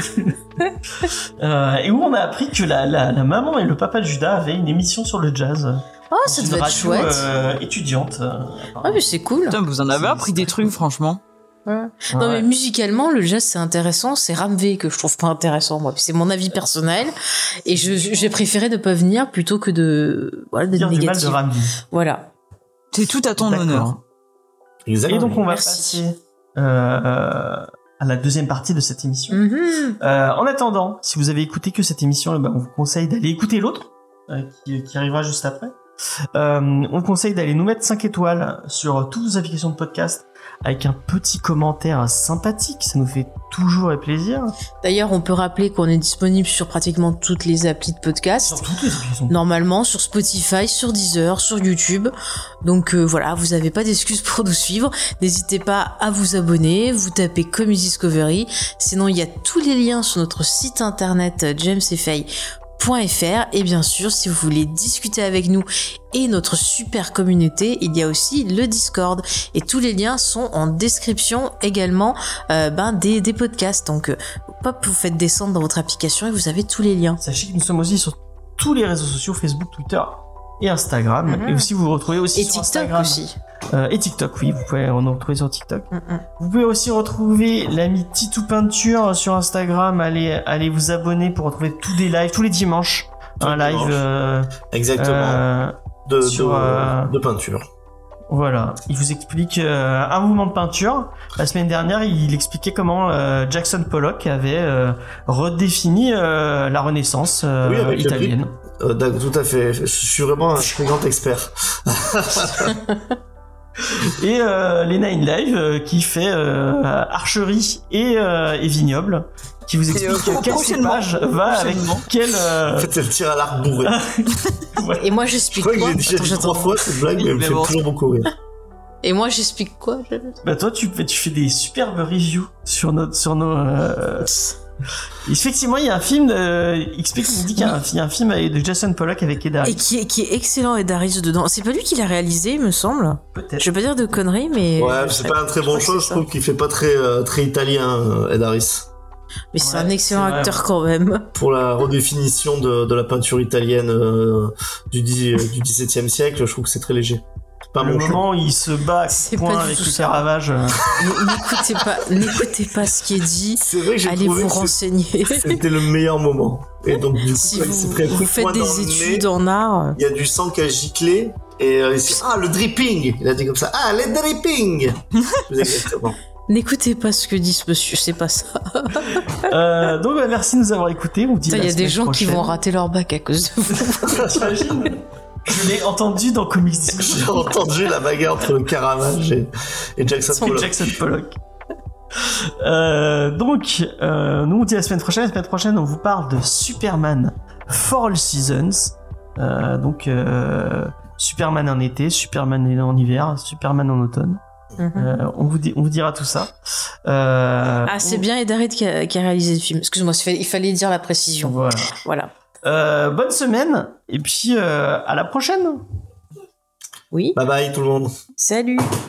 Euh, et où on a appris que la, la, la maman et le papa de Judas avaient une émission sur le jazz. Oh, ça Une devait être radio, chouette. euh, étudiante. euh, Ah mais c'est cool. Putain, vous en avez C'est- appris des trucs, franchement. Ouais. Non mais ouais. musicalement le jazz c'est intéressant, c'est Ramvé que je trouve pas intéressant moi, c'est mon avis personnel et je j'ai préféré ne pas venir plutôt que de voilà d'être Dire du mal de négatif. Ramsey. Voilà. C'est tout à ton D'accord. honneur. Exactement. Et donc on va Merci. passer euh, à la deuxième partie de cette émission. Mhm. Euh, en attendant, si vous avez écouté que cette émission, eh ben, on vous conseille d'aller écouter l'autre, euh, qui, qui arrivera juste après. Euh, on vous conseille d'aller nous mettre cinq étoiles sur toutes vos applications de podcast avec un petit commentaire sympathique, ça nous fait toujours plaisir. D'ailleurs, on peut rappeler qu'on est disponible sur pratiquement toutes les applis de podcast. Sur toutes les applications. Normalement, sur Spotify, sur Deezer, sur YouTube. Donc euh, voilà, vous n'avez pas d'excuses pour nous suivre. N'hésitez pas à vous abonner. Vous tapez Comics Discovery. Sinon, il y a tous les liens sur notre site internet euh, james et faye point f r. Et bien sûr, si vous voulez discuter avec nous et notre super communauté, il y a aussi le Discord. Et tous les liens sont en description également euh, ben, des, des podcasts. Donc, euh, hop, vous faites descendre dans votre application et vous avez tous les liens. Sachez que nous sommes aussi sur tous les réseaux sociaux, Facebook, Twitter et Instagram. Mhm. Et aussi, vous vous retrouvez aussi Et sur TikTok Instagram. aussi. Euh, et TikTok, oui, vous pouvez nous retrouver sur TikTok. Mhm. Vous pouvez aussi retrouver l'ami Titou Peinture sur Instagram. Allez, allez vous abonner pour retrouver tous les lives, tous les dimanches. Tous Un les live, dimanches. euh, Exactement. euh, de, sur, de, euh, de peinture. voilà. Il vous explique euh, un mouvement de peinture. La semaine dernière, il expliquait comment euh, Jackson Pollock avait euh, redéfini euh, la Renaissance euh, Oui, avec le italienne. Euh, d'ac- tout à fait. Je suis vraiment un très grand expert. Et euh, Lena in Live euh, qui fait euh, archerie et, euh, et vignoble, qui vous Et, euh, explique quel prochainement. cépage va avec Prochainement. quel. euh, En fait, elle tire à l'arc bourré. ouais. Et moi Je j'explique crois que quoi j'ai déjà Attends, dit j'attends. trois fois cette blague, mais elle me Mais fait bon. toujours beaucoup rire. Et moi j'explique quoi je- Bah toi tu fais tu fais des superbes reviews sur notre sur nos. Euh... Effectivement il y a un film. Euh, il explique il dit qu'il y a un, il y a un film avec- de Jason Pollock avec Ed Et Harris. qui est, qui est excellent et Darius dedans. C'est pas lui qui l'a réalisé, il me semble. Peut-être. Je vais pas dire de conneries, mais. Ouais, c'est pas un très je bon crois que choix. c'est Je ça. trouve qu'il fait pas très, euh, très italien, euh, Ed Harris. Mais c'est Ouais, un excellent c'est vrai. acteur quand même. Pour la redéfinition de, de la peinture italienne euh, du, dix- euh, du dix-septième siècle, je trouve que c'est très léger. C'est pas Le mon choix. moment où il se bat à C'est coups de poing pas du avec tout le ça. Caravage. euh, N- N'écoutez pas, n'écoutez pas ce qui est dit. C'est vrai que j'ai Allez trouvé vous que c'est- renseigner. c'était le meilleur moment. Et donc, du coup, Si quand il s'est vous, pris un coup vous de faites poing dans des le études nez, en art. il y a du sang qui a giclé. Et euh, il s'est dit, ah, le dripping! Il a dit comme ça, ah, le dripping! Exactement. N'écoutez pas ce que dit ce monsieur, c'est pas ça. Euh, donc bah, merci de nous avoir écoutés. On vous dit Il à y la a des semaine gens qui prochaine. vont rater leur bac à cause de vous. T'imagines Je l'ai entendu dans Comics Discovery. J'ai entendu la bagarre entre le Caravage et, et Jackson Son Pollock. Jackson Pollock. Euh, donc, euh, nous on dit la semaine prochaine. La semaine prochaine, on vous parle de Superman for All Seasons. Euh, donc, euh, Superman en été, Superman en hiver, Superman en automne. Mm-hmm. Euh, on, vous dit, on vous dira tout ça. Euh, ah, c'est on... bien Edared qui a, qui a réalisé le film. Excuse-moi, il fallait dire la précision. Voilà. voilà. Euh, bonne semaine et puis euh, à la prochaine. Oui. Bye bye tout le monde. Salut.